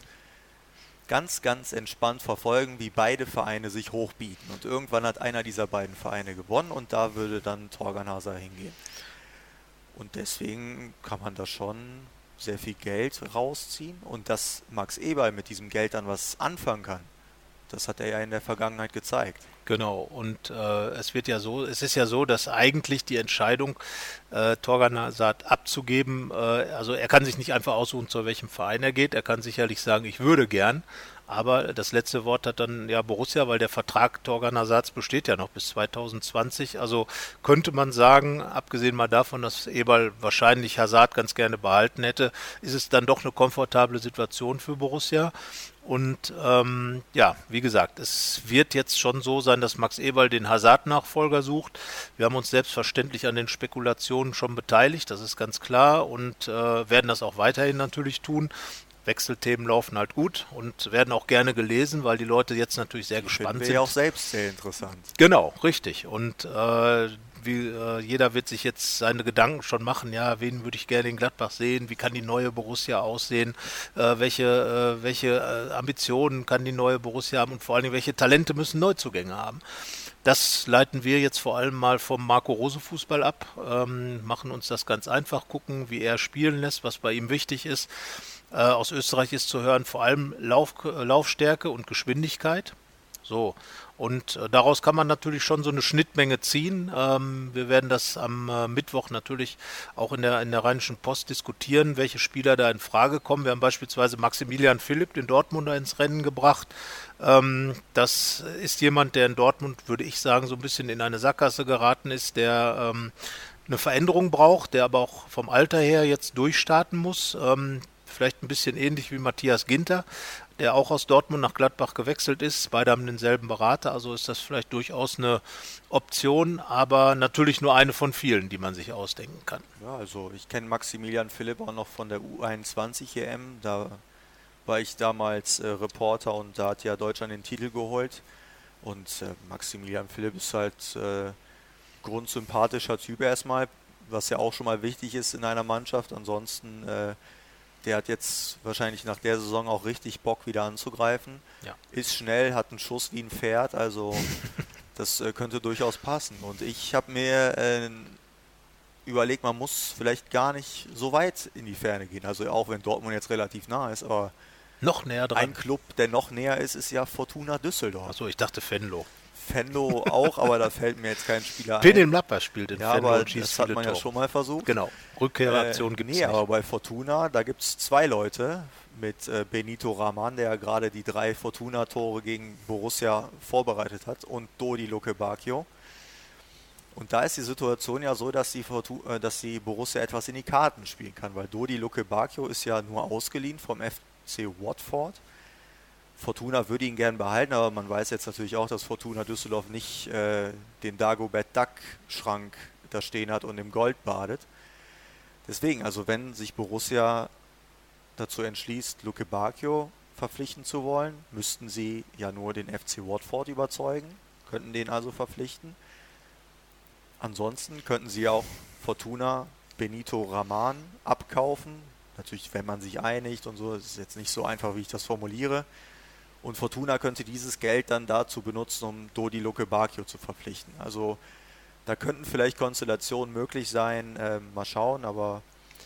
ganz, ganz entspannt verfolgen, wie beide Vereine sich hochbieten. Und irgendwann hat einer dieser beiden Vereine gewonnen und da würde dann Thorgan Hazard hingehen. Und deswegen kann man da schon sehr viel Geld rausziehen. Und dass Max Eberl mit diesem Geld dann was anfangen kann, das hat er ja in der Vergangenheit gezeigt. Genau, und äh, es wird ja so, es ist ja so, dass eigentlich die Entscheidung, äh, Thorgan Hazard abzugeben, äh, also er kann sich nicht einfach aussuchen, zu welchem Verein er geht, er kann sicherlich sagen, ich würde gern, aber das letzte Wort hat dann ja Borussia, weil der Vertrag Thorgan Hazards besteht ja noch bis zwanzig zwanzig, also könnte man sagen, abgesehen mal davon, dass Eberl wahrscheinlich Hazard ganz gerne behalten hätte, ist es dann doch eine komfortable Situation für Borussia. Und ähm, ja, wie gesagt, es wird jetzt schon so sein, dass Max Eberl den Hazard-Nachfolger sucht. Wir haben uns selbstverständlich an den Spekulationen schon beteiligt, das ist ganz klar und äh, werden das auch weiterhin natürlich tun. Wechselthemen laufen halt gut und werden auch gerne gelesen, weil die Leute jetzt natürlich sehr gespannt sind. Finden wir ja auch selbst sehr interessant. Genau, richtig. Und äh, wie, äh, jeder wird sich jetzt seine Gedanken schon machen, ja, wen würde ich gerne in Gladbach sehen, wie kann die neue Borussia aussehen, äh, welche, äh, welche äh, Ambitionen kann die neue Borussia haben und vor allen Dingen, welche Talente müssen Neuzugänge haben. Das leiten wir jetzt vor allem mal vom Marco Rose Fußball ab, ähm, machen uns das ganz einfach, gucken, wie er spielen lässt, was bei ihm wichtig ist. Äh, aus Österreich ist zu hören vor allem Lauf, Laufstärke und Geschwindigkeit. So, und äh, daraus kann man natürlich schon so eine Schnittmenge ziehen. Ähm, wir werden das am äh, Mittwoch natürlich auch in der, in der Rheinischen Post diskutieren, welche Spieler da in Frage kommen. Wir haben beispielsweise Maximilian Philipp, den Dortmunder, ins Rennen gebracht. Ähm, das ist jemand, der in Dortmund, würde ich sagen, so ein bisschen in eine Sackgasse geraten ist, der ähm, eine Veränderung braucht, der aber auch vom Alter her jetzt durchstarten muss. Ähm, vielleicht ein bisschen ähnlich wie Matthias Ginter, der auch aus Dortmund nach Gladbach gewechselt ist. Beide haben denselben Berater, also ist das vielleicht durchaus eine Option, aber natürlich nur eine von vielen, die man sich ausdenken kann. Ja, also ich kenne Maximilian Philipp auch noch von der U einundzwanzig E M, da war ich damals äh, Reporter und da hat ja Deutschland den Titel geholt und äh, Maximilian Philipp ist halt äh, grundsympathischer Typ erstmal, was ja auch schon mal wichtig ist in einer Mannschaft, ansonsten äh, der hat jetzt wahrscheinlich nach der Saison auch richtig Bock, wieder anzugreifen. Ja. Ist schnell, hat einen Schuss wie ein Pferd, also das äh, könnte durchaus passen. Und ich habe mir äh, überlegt, man muss vielleicht gar nicht so weit in die Ferne gehen. Also auch wenn Dortmund jetzt relativ nah ist, aber noch näher dran. Ein Club, der noch näher ist, ist ja Fortuna Düsseldorf. Achso, ich dachte Venlo. Venlo auch, aber da fällt mir jetzt kein Spieler ein. Penin Lapper spielt in ja, Venlo aber und schießt das hat man Tore. Ja schon mal versucht. Genau, Rückkehraktion äh, gibt es nee, nicht. aber bei Fortuna, da gibt es zwei Leute mit äh, Benito Raman, der ja gerade die drei Fortuna-Tore gegen Borussia vorbereitet hat, und Dodi Lukebakio. Und da ist die Situation ja so, dass die, Fortu- äh, dass die Borussia etwas in die Karten spielen kann, weil Dodi Lukebakio ist ja nur ausgeliehen vom F C Watford. Fortuna würde ihn gern behalten, aber man weiß jetzt natürlich auch, dass Fortuna Düsseldorf nicht äh, den Dagobert Duck-Schrank da stehen hat und im Gold badet. Deswegen, also wenn sich Borussia dazu entschließt, Luke Bacchio verpflichten zu wollen, müssten sie ja nur den F C Watford überzeugen, könnten den also verpflichten. Ansonsten könnten sie auch Fortuna Benito Raman abkaufen. Natürlich, wenn man sich einigt und so, das ist jetzt nicht so einfach, wie ich das formuliere. Und Fortuna könnte dieses Geld dann dazu benutzen, um Dodi Luke Bacchio zu verpflichten. Also da könnten vielleicht Konstellationen möglich sein, äh, mal schauen, aber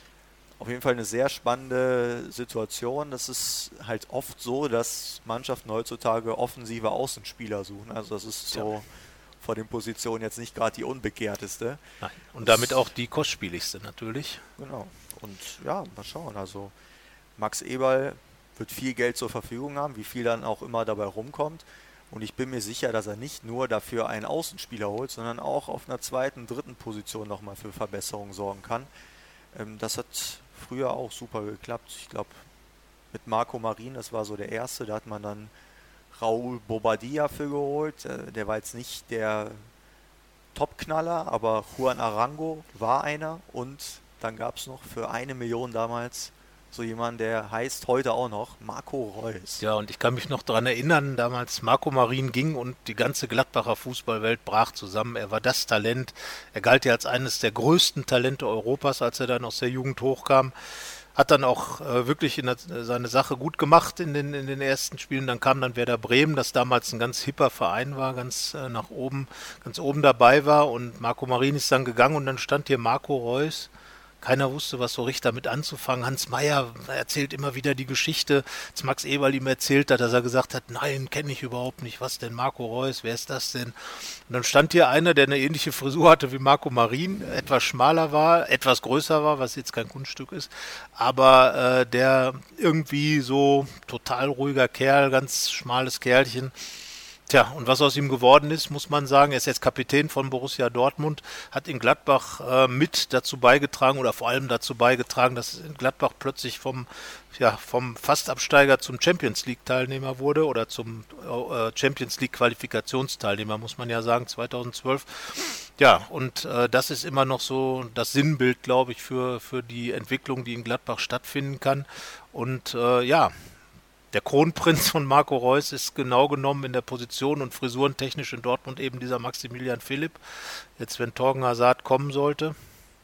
auf jeden Fall eine sehr spannende Situation. Das ist halt oft so, dass Mannschaften heutzutage offensive Außenspieler suchen. Also das ist so ja. vor den Positionen jetzt nicht gerade die unbegehrteste. Nein. Und damit das, auch die kostspieligste natürlich. Genau. Und ja, mal schauen. Also Max Eberl wird viel Geld zur Verfügung haben, wie viel dann auch immer dabei rumkommt. Und ich bin mir sicher, dass er nicht nur dafür einen Außenspieler holt, sondern auch auf einer zweiten, dritten Position nochmal für Verbesserungen sorgen kann. Ähm, das hat früher auch super geklappt. Ich glaube, mit Marco Marin, das war so der erste, da hat man dann Raúl Bobadilla für geholt. Äh, der war jetzt nicht der Topknaller, aber Juan Arango war einer. Und dann gab es noch für eine Million damals so jemand, der heißt heute auch noch Marco Reus. Ja, und ich kann mich noch daran erinnern, damals Marco Marin ging und die ganze Gladbacher Fußballwelt brach zusammen. Er war das Talent. Er galt ja als eines der größten Talente Europas, als er dann aus der Jugend hochkam. Hat dann auch äh, wirklich in der, seine Sache gut gemacht in den, in den ersten Spielen. Dann kam dann Werder Bremen, das damals ein ganz hipper Verein war, ganz äh, nach oben, ganz oben dabei war. Und Marco Marin ist dann gegangen und dann stand hier Marco Reus. Keiner wusste, was so richtig damit anzufangen. Hans Meyer erzählt immer wieder die Geschichte, als Max Eberl ihm erzählt hat, dass er gesagt hat, nein, kenne ich überhaupt nicht. Was denn Marco Reus? Wer ist das denn? Und dann stand hier einer, der eine ähnliche Frisur hatte wie Marco Marin, etwas schmaler war, etwas größer war, was jetzt kein Kunststück ist, aber äh, der irgendwie so total ruhiger Kerl, ganz schmales Kerlchen. Tja, und was aus ihm geworden ist, muss man sagen, er ist jetzt Kapitän von Borussia Dortmund, hat in Gladbach äh, mit dazu beigetragen oder vor allem dazu beigetragen, dass in Gladbach plötzlich vom, ja, vom Fastabsteiger zum Champions-League-Teilnehmer wurde oder zum äh, Champions-League-Qualifikationsteilnehmer, muss man ja sagen, zweitausendzwölf. Ja, und äh, das ist immer noch so das Sinnbild, glaube ich, für, für die Entwicklung, die in Gladbach stattfinden kann. Und äh, ja, der Kronprinz von Marco Reus ist genau genommen in der Position und frisurentechnisch in Dortmund eben dieser Maximilian Philipp. Jetzt, wenn Thorgan Hazard kommen sollte,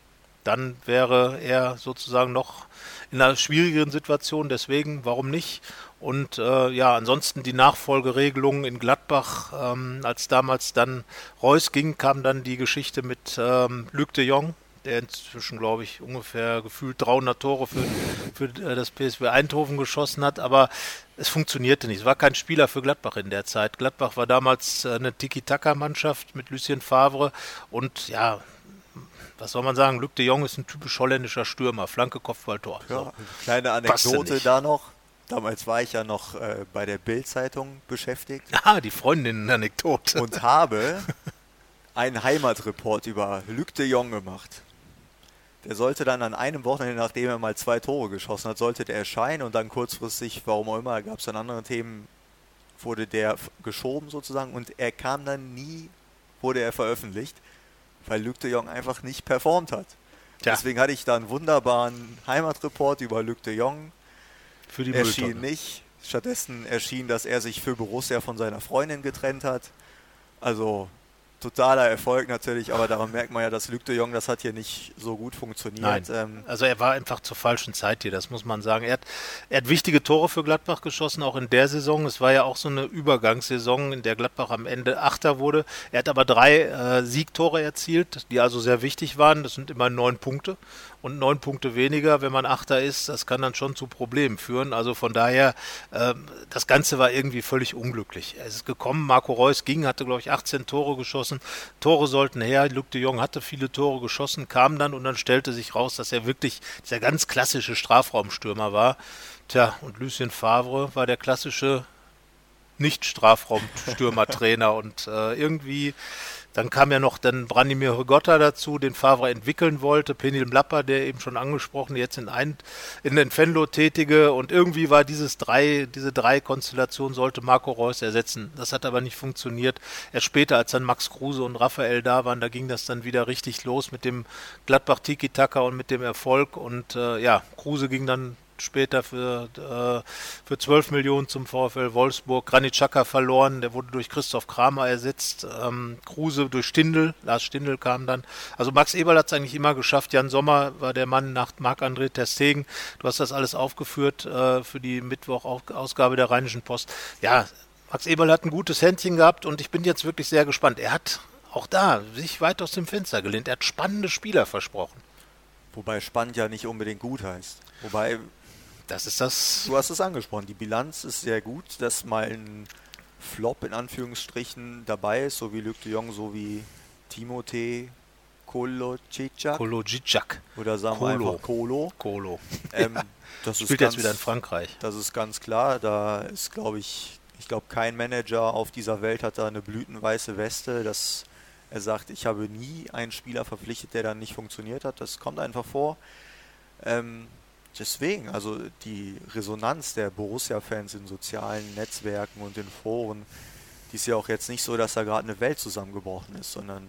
dann wäre er sozusagen noch in einer schwierigeren Situation. Deswegen, warum nicht? Und äh, ja, ansonsten die Nachfolgeregelungen in Gladbach. Ähm, als damals dann Reus ging, kam dann die Geschichte mit ähm, Luc de Jong, der inzwischen, glaube ich, ungefähr gefühlt dreihundert Tore für, für das P S V Eindhoven geschossen hat, aber es funktionierte nicht. Es war kein Spieler für Gladbach in der Zeit. Gladbach war damals eine Tiki-Taka-Mannschaft mit Lucien Favre und ja, was soll man sagen, Luc de Jong ist ein typisch holländischer Stürmer, Flanke, Kopfballtor. Ja, so. Kleine Anekdote da noch. Damals war ich ja noch äh, bei der Bild-Zeitung beschäftigt. Ah, die Freundinnen-Anekdote. Und habe einen Heimatreport über Luc de Jong gemacht. Der sollte dann an einem Wochenende, nachdem er mal zwei Tore geschossen hat, sollte der erscheinen und dann kurzfristig, warum auch immer, gab es dann andere Themen, wurde der geschoben sozusagen und er kam dann nie, wurde er veröffentlicht, weil Luc de Jong einfach nicht performt hat. Tja. Deswegen hatte ich da einen wunderbaren Heimatreport über Luc de Jong. Für die erschien Mülltonne. nicht. Stattdessen erschien, dass er sich für Borussia von seiner Freundin getrennt hat. Also totaler Erfolg natürlich, aber daran merkt man ja, dass Luc de Jong, das hat hier nicht so gut funktioniert. Nein, ähm, also er war einfach zur falschen Zeit hier, das muss man sagen. Er hat, er hat wichtige Tore für Gladbach geschossen, auch in der Saison. Es war ja auch so eine Übergangssaison, in der Gladbach am Ende Achter wurde. Er hat aber drei äh, Siegtore erzielt, die also sehr wichtig waren. Das sind immer neun Punkte. Und neun Punkte weniger, wenn man Achter ist, das kann dann schon zu Problemen führen. Also von daher, äh, das Ganze war irgendwie völlig unglücklich. Es ist gekommen, Marco Reus ging, hatte glaube ich achtzehn Tore geschossen. Tore sollten her, Luc de Jong hatte viele Tore geschossen, kam dann und dann stellte sich raus, dass er wirklich dieser ganz klassische Strafraumstürmer war. Tja, und Lucien Favre war der klassische Nicht-Strafraumstürmer-Trainer und äh, irgendwie Dann kam ja noch dann Branimir Hrgota dazu, den Favre entwickeln wollte, Penil Mlapper, der eben schon angesprochen, jetzt in, ein, in den Venlo tätige, und irgendwie war dieses drei, diese drei Konstellation sollte Marco Reus ersetzen. Das hat aber nicht funktioniert. Erst später, als dann Max Kruse und Raphael da waren, da ging das dann wieder richtig los mit dem Gladbach Tiki-Taka und mit dem Erfolg, und äh, ja, Kruse ging dann später für, äh, für zwölf Millionen zum VfL Wolfsburg. Granit Xhaka verloren, der wurde durch Christoph Kramer ersetzt. Ähm, Kruse durch Stindl, Lars Stindl kam dann. Also Max Eberl hat es eigentlich immer geschafft. Jan Sommer war der Mann nach Marc-André ter Stegen. Du hast das alles aufgeführt äh, für die Mittwoch-Ausgabe der Rheinischen Post. Ja, Max Eberl hat ein gutes Händchen gehabt, und ich bin jetzt wirklich sehr gespannt. Er hat auch da sich weit aus dem Fenster gelehnt. Er hat spannende Spieler versprochen. Wobei spannend ja nicht unbedingt gut heißt. Wobei... Das ist das. Du hast es angesprochen, die Bilanz ist sehr gut, dass mal ein Flop in Anführungsstrichen dabei ist, so wie Luc de Jong, so wie Timothée Kolodziejczak. Kolodziejczak. Oder sagen wir einfach Kolo. Kolo. Ähm, ja. das Spielt ist jetzt ganz, wieder in Frankreich. Das ist ganz klar, da ist, glaube ich, ich glaube, kein Manager auf dieser Welt hat da eine blütenweiße Weste, dass er sagt, ich habe nie einen Spieler verpflichtet, der dann nicht funktioniert hat. Das kommt einfach vor. Ähm, Deswegen, also die Resonanz der Borussia-Fans in sozialen Netzwerken und in Foren, die ist ja auch jetzt nicht so, dass da gerade eine Welt zusammengebrochen ist, sondern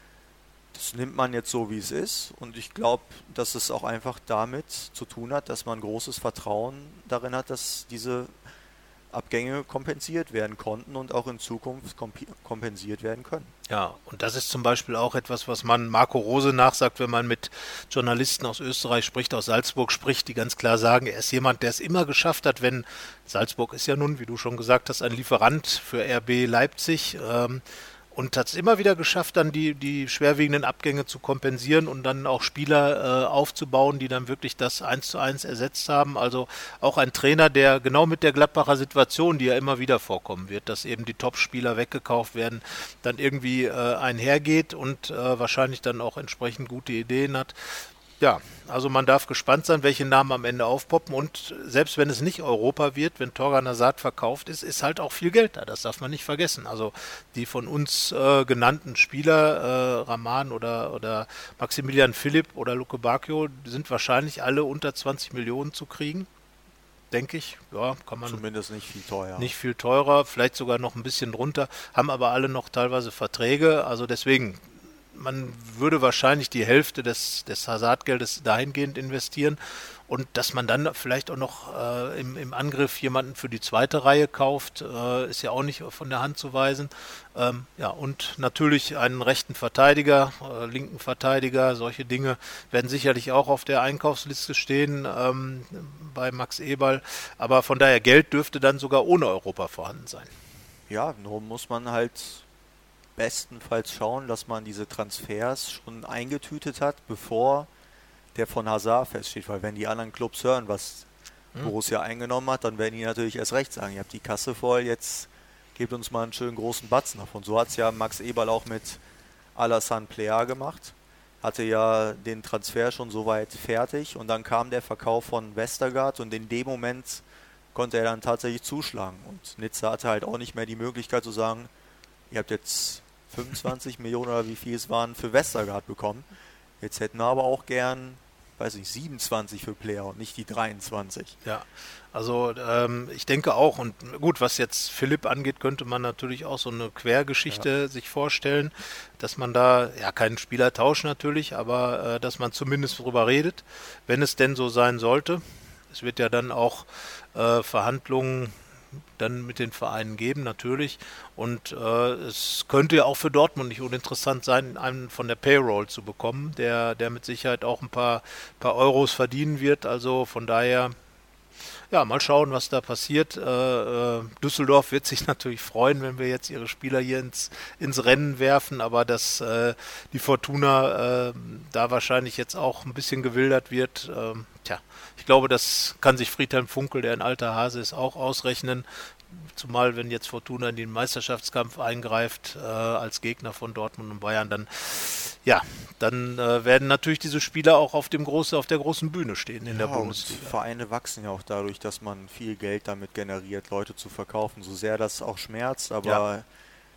das nimmt man jetzt so, wie es ist. Und ich glaube, dass es auch einfach damit zu tun hat, dass man großes Vertrauen darin hat, dass diese Abgänge kompensiert werden konnten und auch in Zukunft kompensiert werden können. Ja, und das ist zum Beispiel auch etwas, was man Marco Rose nachsagt, wenn man mit Journalisten aus Österreich spricht, aus Salzburg spricht, die ganz klar sagen, er ist jemand, der es immer geschafft hat, wenn Salzburg ist ja nun, wie du schon gesagt hast, ein Lieferant für R B Leipzig, ähm, und hat es immer wieder geschafft, dann die, die schwerwiegenden Abgänge zu kompensieren und dann auch Spieler äh, aufzubauen, die dann wirklich das eins zu eins ersetzt haben. Also auch ein Trainer, der genau mit der Gladbacher Situation, die ja immer wieder vorkommen wird, dass eben die Top-Spieler weggekauft werden, dann irgendwie äh, einhergeht und äh, wahrscheinlich dann auch entsprechend gute Ideen hat. Ja, also man darf gespannt sein, welche Namen am Ende aufpoppen, und selbst wenn es nicht Europa wird, wenn Torgan Hazard verkauft ist, ist halt auch viel Geld da, das darf man nicht vergessen. Also die von uns äh, genannten Spieler, äh, Rahman oder, oder Maximilian Philipp oder Luke Bacchio, sind wahrscheinlich alle unter zwanzig Millionen zu kriegen, denke ich. Ja, kann man. Zumindest nicht viel teurer. Nicht viel teurer, vielleicht sogar noch ein bisschen drunter, haben aber alle noch teilweise Verträge, also deswegen... Man würde wahrscheinlich die Hälfte des, des Hazard-Geldes dahingehend investieren, und dass man dann vielleicht auch noch äh, im, im Angriff jemanden für die zweite Reihe kauft, äh, ist ja auch nicht von der Hand zu weisen. Ähm, ja, und natürlich einen rechten Verteidiger, äh, linken Verteidiger, solche Dinge werden sicherlich auch auf der Einkaufsliste stehen ähm, bei Max Eberl, aber von daher Geld dürfte dann sogar ohne Europa vorhanden sein. Ja, nur muss man halt bestenfalls schauen, dass man diese Transfers schon eingetütet hat, bevor der von Hazard feststeht, weil wenn die anderen Clubs hören, was hm. Borussia eingenommen hat, dann werden die natürlich erst recht sagen, ihr habt die Kasse voll, jetzt gebt uns mal einen schönen großen Batzen davon. So hat es ja Max Eberl auch mit Alassane Plea gemacht, hatte ja den Transfer schon soweit fertig, und dann kam der Verkauf von Westergaard, und in dem Moment konnte er dann tatsächlich zuschlagen, und Nizza hatte halt auch nicht mehr die Möglichkeit zu sagen, ihr habt jetzt fünfundzwanzig Millionen oder wie viel es waren für Westergaard bekommen. Jetzt hätten wir aber auch gern, weiß nicht, siebenundzwanzig für Player und nicht die dreiundzwanzig. Ja, also ähm, ich denke auch, und gut, was jetzt Philipp angeht, könnte man natürlich auch so eine Quergeschichte ja. sich vorstellen, dass man da, ja, keinen Spieler tauscht natürlich, aber äh, dass man zumindest darüber redet, wenn es denn so sein sollte. Es wird ja dann auch äh, Verhandlungen dann mit den Vereinen geben, natürlich. Und äh, es könnte ja auch für Dortmund nicht uninteressant sein, einen von der Payroll zu bekommen, der, der mit Sicherheit auch ein paar, paar Euros verdienen wird. Also von daher, ja, mal schauen, was da passiert. Äh, äh, Düsseldorf wird sich natürlich freuen, wenn wir jetzt ihre Spieler hier ins, ins Rennen werfen, aber dass äh, die Fortuna äh, da wahrscheinlich jetzt auch ein bisschen gewildert wird, äh, tja, ich glaube, das kann sich Friedhelm Funkel, der ein alter Hase ist, auch ausrechnen. Zumal, wenn jetzt Fortuna in den Meisterschaftskampf eingreift, äh, als Gegner von Dortmund und Bayern, dann, ja, dann äh, werden natürlich diese Spieler auch auf dem große, auf der großen Bühne stehen in ja, der Bundesliga. Und Vereine wachsen ja auch dadurch, dass man viel Geld damit generiert, Leute zu verkaufen. So sehr das auch schmerzt, aber ja.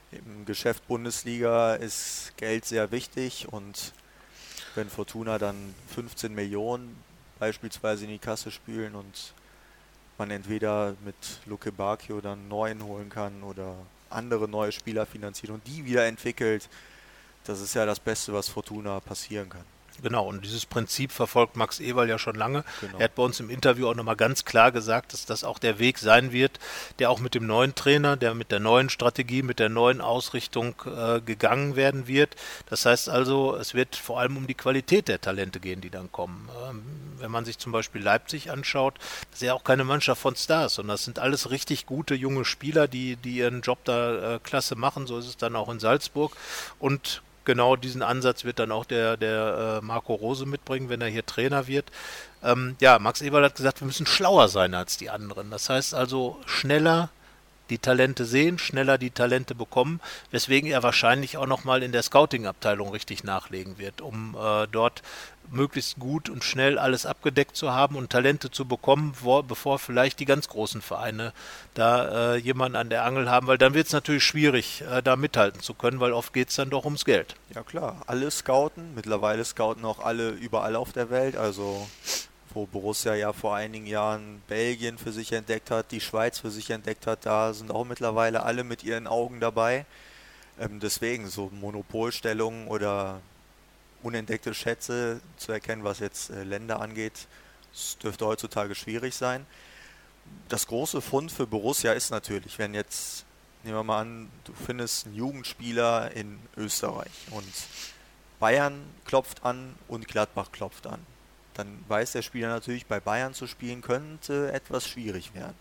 Im Geschäft Bundesliga ist Geld sehr wichtig und wenn Fortuna dann fünfzehn Millionen beispielsweise in die Kasse spülen und man entweder mit Luke Bacchio dann einen neuen holen kann oder andere neue Spieler finanziert und die wieder entwickelt, das ist ja das Beste, was Fortuna passieren kann. Genau, und dieses Prinzip verfolgt Max Eberl ja schon lange. Genau. Er hat bei uns im Interview auch nochmal ganz klar gesagt, dass das auch der Weg sein wird, der auch mit dem neuen Trainer, der mit der neuen Strategie, mit der neuen Ausrichtung äh, gegangen werden wird. Das heißt also, es wird vor allem um die Qualität der Talente gehen, die dann kommen. Ähm, wenn man sich zum Beispiel Leipzig anschaut, das ist ja auch keine Mannschaft von Stars, sondern das sind alles richtig gute junge Spieler, die, die ihren Job da äh, klasse machen. So ist es dann auch in Salzburg. Und genau diesen Ansatz wird dann auch der, der äh, Marco Rose mitbringen, wenn er hier Trainer wird. Ähm, ja, Max Eberl hat gesagt, wir müssen schlauer sein als die anderen. Das heißt also schneller die Talente sehen, schneller die Talente bekommen, weswegen er wahrscheinlich auch nochmal in der Scouting-Abteilung richtig nachlegen wird, um äh, dort möglichst gut und schnell alles abgedeckt zu haben und Talente zu bekommen, wo, bevor vielleicht die ganz großen Vereine da äh, jemanden an der Angel haben, weil dann wird es natürlich schwierig, äh, da mithalten zu können, weil oft geht es dann doch ums Geld. Ja klar, alle scouten, mittlerweile scouten auch alle überall auf der Welt, also wo Borussia ja vor einigen Jahren Belgien für sich entdeckt hat, die Schweiz für sich entdeckt hat, da sind auch mittlerweile alle mit ihren Augen dabei. Ähm, deswegen so Monopolstellungen oder unentdeckte Schätze zu erkennen, was jetzt äh, Länder angeht, das dürfte heutzutage schwierig sein. Das große Fund für Borussia ist natürlich, wenn jetzt, nehmen wir mal an, du findest einen Jugendspieler in Österreich und Bayern klopft an und Gladbach klopft an. Dann weiß der Spieler natürlich, bei Bayern zu spielen könnte etwas schwierig werden.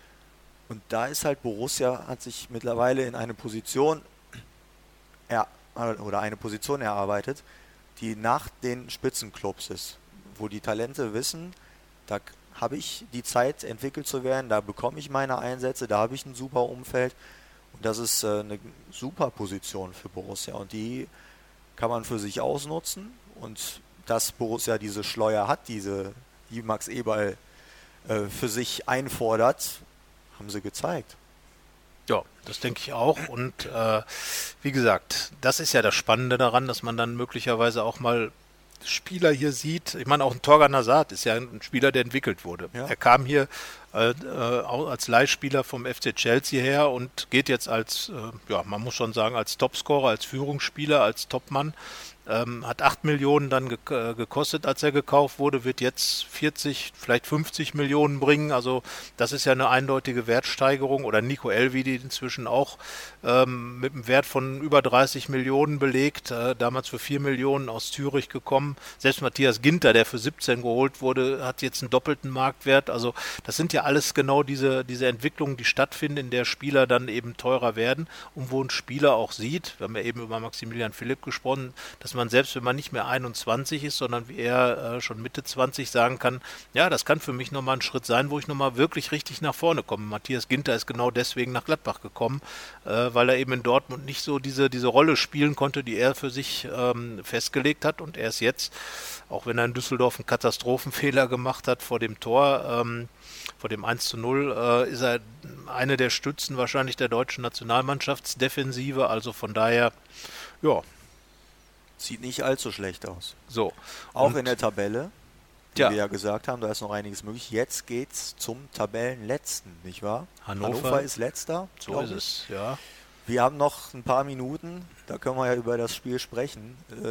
Und da ist halt Borussia, hat sich mittlerweile in eine Position er, oder eine Position erarbeitet, die nach den Spitzenclubs ist, wo die Talente wissen, da habe ich die Zeit entwickelt zu werden, da bekomme ich meine Einsätze, da habe ich ein super Umfeld und das ist äh, eine super Position für Borussia und die kann man für sich ausnutzen und dass Borussia diese Schleuer hat, diese, die Max Eberl äh, für sich einfordert, haben sie gezeigt. Ja, das denke ich auch. Und äh, wie gesagt, das ist ja das Spannende daran, dass man dann möglicherweise auch mal Spieler hier sieht. Ich meine, auch ein Torgan Hazard ist ja ein Spieler, der entwickelt wurde. Ja. Er kam hier äh, äh, als Leihspieler vom F C Chelsea her und geht jetzt als, äh, ja, man muss schon sagen, als Topscorer, als Führungsspieler, als Topmann. Ähm, hat acht Millionen dann ge- äh, gekostet, als er gekauft wurde, wird jetzt vierzig, vielleicht fünfzig Millionen bringen. Also das ist ja eine eindeutige Wertsteigerung. Oder Nico Elvedi inzwischen auch ähm, mit einem Wert von über dreißig Millionen belegt, äh, damals für vier Millionen aus Zürich gekommen. Selbst Matthias Ginter, der für siebzehn geholt wurde, hat jetzt einen doppelten Marktwert. Also das sind ja alles genau diese, diese Entwicklungen, die stattfinden, in der Spieler dann eben teurer werden und wo ein Spieler auch sieht, wir haben ja eben über Maximilian Philipp gesprochen, dass man selbst, wenn man nicht mehr einundzwanzig ist, sondern wie er äh, schon Mitte zwanzig sagen kann, ja, das kann für mich nochmal ein Schritt sein, wo ich nochmal wirklich richtig nach vorne komme. Matthias Ginter ist genau deswegen nach Gladbach gekommen, äh, weil er eben in Dortmund nicht so diese, diese Rolle spielen konnte, die er für sich ähm, festgelegt hat und er ist jetzt, auch wenn er in Düsseldorf einen Katastrophenfehler gemacht hat vor dem Tor, ähm, vor dem eins zu null, äh, ist er eine der Stützen wahrscheinlich der deutschen Nationalmannschaftsdefensive, also von daher, ja, sieht nicht allzu schlecht aus. So. Auch in der Tabelle, wie ja. wir ja gesagt haben, da ist noch einiges möglich. Jetzt geht's zum Tabellenletzten, nicht wahr? Hannover, Hannover ist letzter. So ist es, ja. Wir haben noch ein paar Minuten, da können wir ja über das Spiel sprechen. Äh,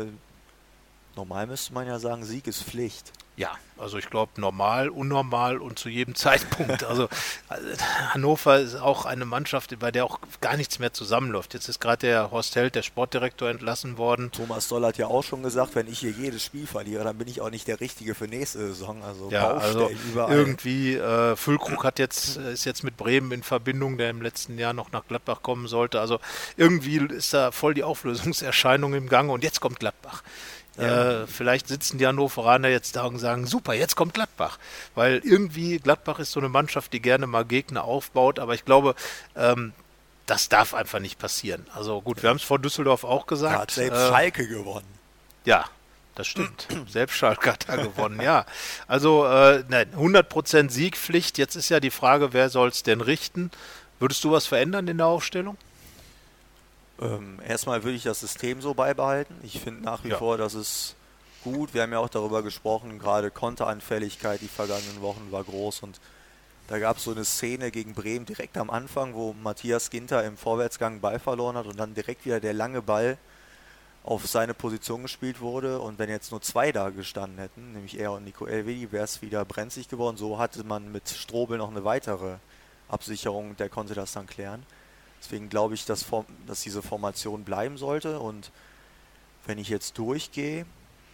normal müsste man ja sagen, Sieg ist Pflicht. Ja, also ich glaube normal, unnormal und zu jedem Zeitpunkt. Also Hannover ist auch eine Mannschaft, bei der auch gar nichts mehr zusammenläuft. Jetzt ist gerade der Horst Held, der Sportdirektor, entlassen worden. Thomas Doll hat ja auch schon gesagt, wenn ich hier jedes Spiel verliere, dann bin ich auch nicht der Richtige für nächste Saison. Also ja, Baustellen also überall. Irgendwie, äh, Füllkrug hat jetzt, ist jetzt mit Bremen in Verbindung, der im letzten Jahr noch nach Gladbach kommen sollte. Also irgendwie ist da voll die Auflösungserscheinung im Gange und jetzt kommt Gladbach. Ja. Äh, vielleicht sitzen die Hannoveraner jetzt da und sagen, super, jetzt kommt Gladbach. Weil irgendwie Gladbach ist so eine Mannschaft, die gerne mal Gegner aufbaut, aber ich glaube, ähm, das darf einfach nicht passieren. Also gut, wir haben es vor Düsseldorf auch gesagt. Da hat selbst äh, Schalke gewonnen. Ja, das stimmt. Selbst Schalke hat da gewonnen, ja. Also äh, nein, hundert Prozent Siegpflicht. Jetzt ist ja die Frage, wer soll es denn richten? Würdest du was verändern in der Aufstellung? Ähm, erstmal würde ich das System so beibehalten. Ich finde nach wie Ja. vor, dass es gut. Wir haben ja auch darüber gesprochen, gerade Konteranfälligkeit die vergangenen Wochen war groß und da gab es so eine Szene gegen Bremen direkt am Anfang, wo Matthias Ginter im Vorwärtsgang Ball verloren hat und dann direkt wieder der lange Ball auf seine Position gespielt wurde. Und wenn jetzt nur zwei da gestanden hätten, nämlich er und Nico Elvedi, wäre es wieder brenzlig geworden. So hatte man mit Strobel noch eine weitere Absicherung, der konnte das dann klären. Deswegen glaube ich, dass, Form, dass diese Formation bleiben sollte. Und wenn ich jetzt durchgehe,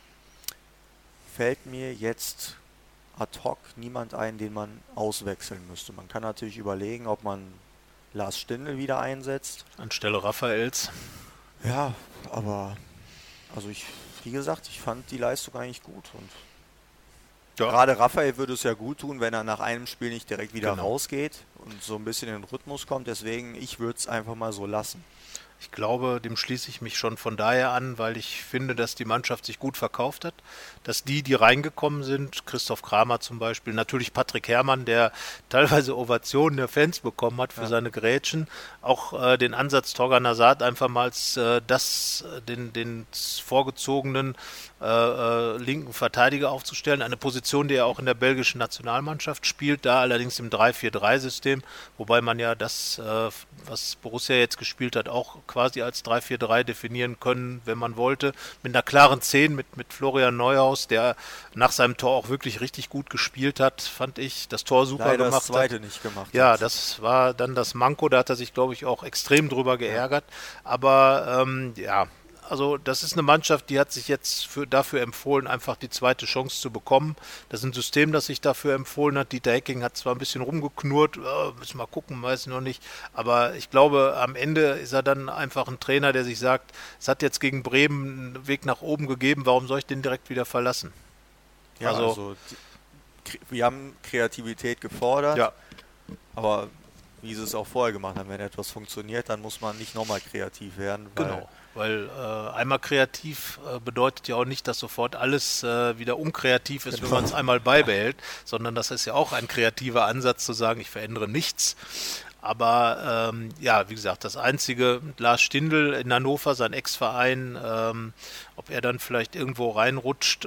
fällt mir jetzt ad hoc niemand ein, den man auswechseln müsste. Man kann natürlich überlegen, ob man Lars Stindl wieder einsetzt. Anstelle Raphaels. Ja, aber also ich, wie gesagt, ich fand die Leistung eigentlich gut. Und Ja. gerade Raphael würde es ja gut tun, wenn er nach einem Spiel nicht direkt wieder Genau. rausgeht und so ein bisschen in den Rhythmus kommt. Deswegen, ich würde es einfach mal so lassen. Ich glaube, dem schließe ich mich schon von daher an, weil ich finde, dass die Mannschaft sich gut verkauft hat. Dass die, die reingekommen sind, Christoph Kramer zum Beispiel, natürlich Patrick Herrmann, der teilweise Ovationen der Fans bekommen hat für Ja. seine Grätschen, auch äh, den Ansatz Torgan Hazard einfach mal als äh, das, äh, den, den vorgezogenen äh, äh, linken Verteidiger aufzustellen. Eine Position, die er auch in der belgischen Nationalmannschaft spielt, da allerdings im drei vier drei System, wobei man ja das, äh, was Borussia jetzt gespielt hat, auch quasi als drei vier drei definieren können, wenn man wollte. Mit einer klaren zehn, mit, mit Florian Neuhaus, der nach seinem Tor auch wirklich richtig gut gespielt hat, fand ich. Das Tor super Leider gemacht das zweite hat. nicht gemacht Ja, hat. das war dann das Manko, da hat er sich, glaube ich, auch extrem drüber geärgert. Aber ähm, ja, also das ist eine Mannschaft, die hat sich jetzt für, dafür empfohlen, einfach die zweite Chance zu bekommen. Das ist ein System, das sich dafür empfohlen hat. Dieter Hecking hat zwar ein bisschen rumgeknurrt, äh, müssen wir gucken, weiß noch nicht. Aber ich glaube, am Ende ist er dann einfach ein Trainer, der sich sagt, es hat jetzt gegen Bremen einen Weg nach oben gegeben, warum soll ich den direkt wieder verlassen? Ja, also- also, die, wir haben Kreativität gefordert, Ja, aber wie sie es auch vorher gemacht haben, wenn etwas funktioniert, dann muss man nicht nochmal kreativ werden. Weil genau. Weil äh, einmal kreativ äh, bedeutet ja auch nicht, dass sofort alles äh, wieder unkreativ ist, wenn Genau. man es einmal beibehält, sondern das ist ja auch ein kreativer Ansatz zu sagen, ich verändere nichts. Aber ähm, ja, wie gesagt, das Einzige, Lars Stindl in Hannover, sein Ex-Verein, ähm, ob er dann vielleicht irgendwo reinrutscht äh,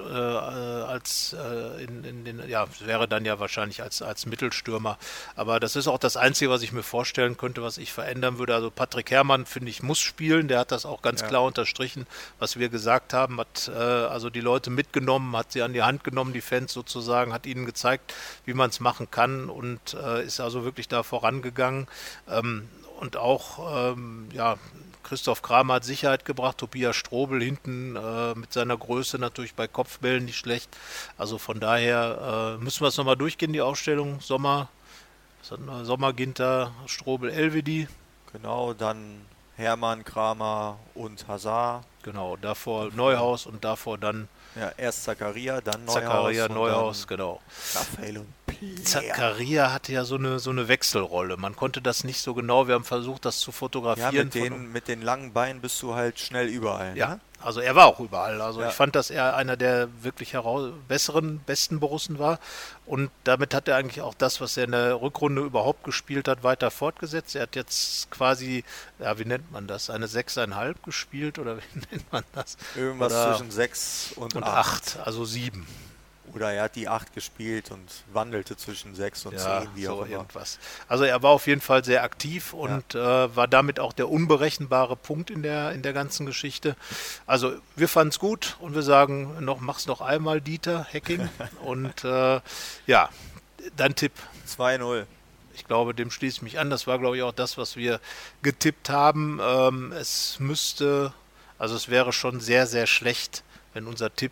als äh, in, in den, ja, wäre dann ja wahrscheinlich als, als Mittelstürmer. Aber das ist auch das Einzige, was ich mir vorstellen könnte, was ich verändern würde. Also Patrick Herrmann, finde ich, muss spielen. Der hat das auch ganz Ja. klar unterstrichen, was wir gesagt haben. Hat äh, also die Leute mitgenommen, hat sie an die Hand genommen, die Fans sozusagen, hat ihnen gezeigt, wie man es machen kann und äh, ist also wirklich da vorangegangen. Ähm, und auch, ähm, ja, Christoph Kramer hat Sicherheit gebracht, Tobias Strobel hinten äh, mit seiner Größe natürlich bei Kopfbällen nicht schlecht. Also von daher äh, müssen wir es nochmal durchgehen, die Aufstellung. Sommer, was hatten wir? Sommer, Ginter, Strobel, Elvedi. Genau, dann Hermann, Kramer und Hazard. Genau, davor Neuhaus und davor dann Ja, erst Zakaria, dann Neuhaus. Zakaria, und Neuhaus, dann genau. Raphael und Player. Zakaria hatte ja so eine, so eine Wechselrolle. Man konnte das nicht so genau, wir haben versucht, das zu Ja, fotografieren. mit von- den, mit den langen Beinen bist du halt schnell überall. Ja, Ne? also er war auch überall. Also Ja. ich fand, dass er einer der wirklich heraus besseren, besten Borussen war. Und damit hat er eigentlich auch das, was er in der Rückrunde überhaupt gespielt hat, weiter fortgesetzt. Er hat jetzt quasi, ja, wie nennt man das, eine sechseinhalb gespielt oder wie nennt man das? Irgendwas Oder- zwischen sechs und, Und acht. acht, also sieben. Oder er hat die acht gespielt und wandelte zwischen sechs und Ja, zehn, wie so auch immer. irgendwas. Also er war auf jeden Fall sehr aktiv und äh, war damit auch der unberechenbare Punkt in der, in der ganzen Geschichte. Also wir fanden es gut und wir sagen, noch, mach's noch einmal, Dieter Hecking. Und äh, ja, dein Tipp. zwei null. Ich glaube, dem schließe ich mich an. Das war, glaube ich, auch das, was wir getippt haben. Ähm, es müsste, also es wäre schon sehr, sehr schlecht, wenn unser Tipp,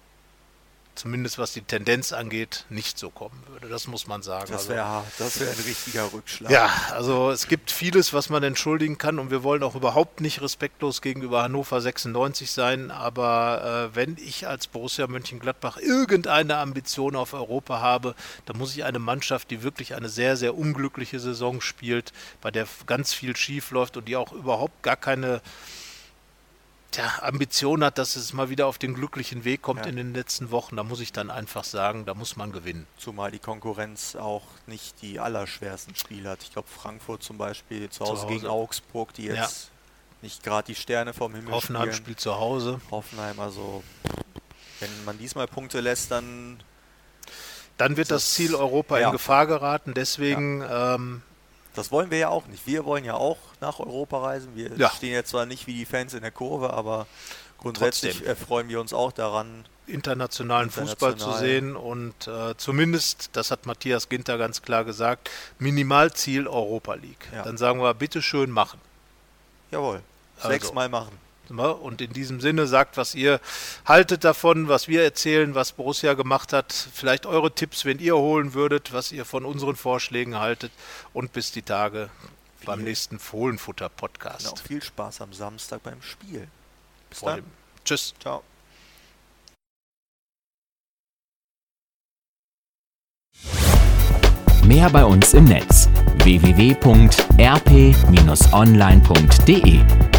zumindest was die Tendenz angeht, nicht so kommen würde. Das muss man sagen. Das Also- wäre hart. Das wäre ein richtiger Rückschlag. ja, also es gibt vieles, was man entschuldigen kann und wir wollen auch überhaupt nicht respektlos gegenüber Hannover sechsundneunzig sein, aber äh, wenn ich als Borussia Mönchengladbach irgendeine Ambition auf Europa habe, dann muss ich eine Mannschaft, die wirklich eine sehr, sehr unglückliche Saison spielt, bei der ganz viel schief läuft und die auch überhaupt gar keine tja, Ambition hat, dass es mal wieder auf den glücklichen Weg kommt Ja. in den letzten Wochen, da muss ich dann einfach sagen, da muss man gewinnen. Zumal die Konkurrenz auch nicht die allerschwersten Spiele hat. Ich glaube, Frankfurt zum Beispiel zu Hause, Hause. gegen Augsburg, die jetzt nicht gerade die Sterne vom Himmel Hoffenheim spielen. spielt zu Hause. Hoffenheim, also wenn man diesmal Punkte lässt, dann... Dann wird das, das Ziel Europa ja. in Gefahr geraten, deswegen... Ja. Ähm, das wollen wir ja auch nicht. Wir wollen ja auch nach Europa reisen. Wir ja. stehen jetzt zwar nicht wie die Fans in der Kurve, aber grundsätzlich Trotzdem. freuen wir uns auch daran, internationalen International. Fußball zu sehen und äh, zumindest, das hat Matthias Ginter ganz klar gesagt, Minimalziel Europa League. Ja. Dann sagen wir, bitteschön machen. Jawohl, also. sechsmal machen. Und in diesem Sinne sagt, was ihr haltet davon, was wir erzählen, was Borussia gemacht hat, vielleicht eure Tipps, wenn ihr holen würdet, was ihr von unseren Vorschlägen haltet und bis die Tage viel. beim nächsten Fohlenfutter-Podcast. Genau, viel Spaß am Samstag beim Spiel. Bis Vor dann. Dem. Tschüss. Ciao. Mehr bei uns im Netz w w w punkt r p Bindestrich online punkt d e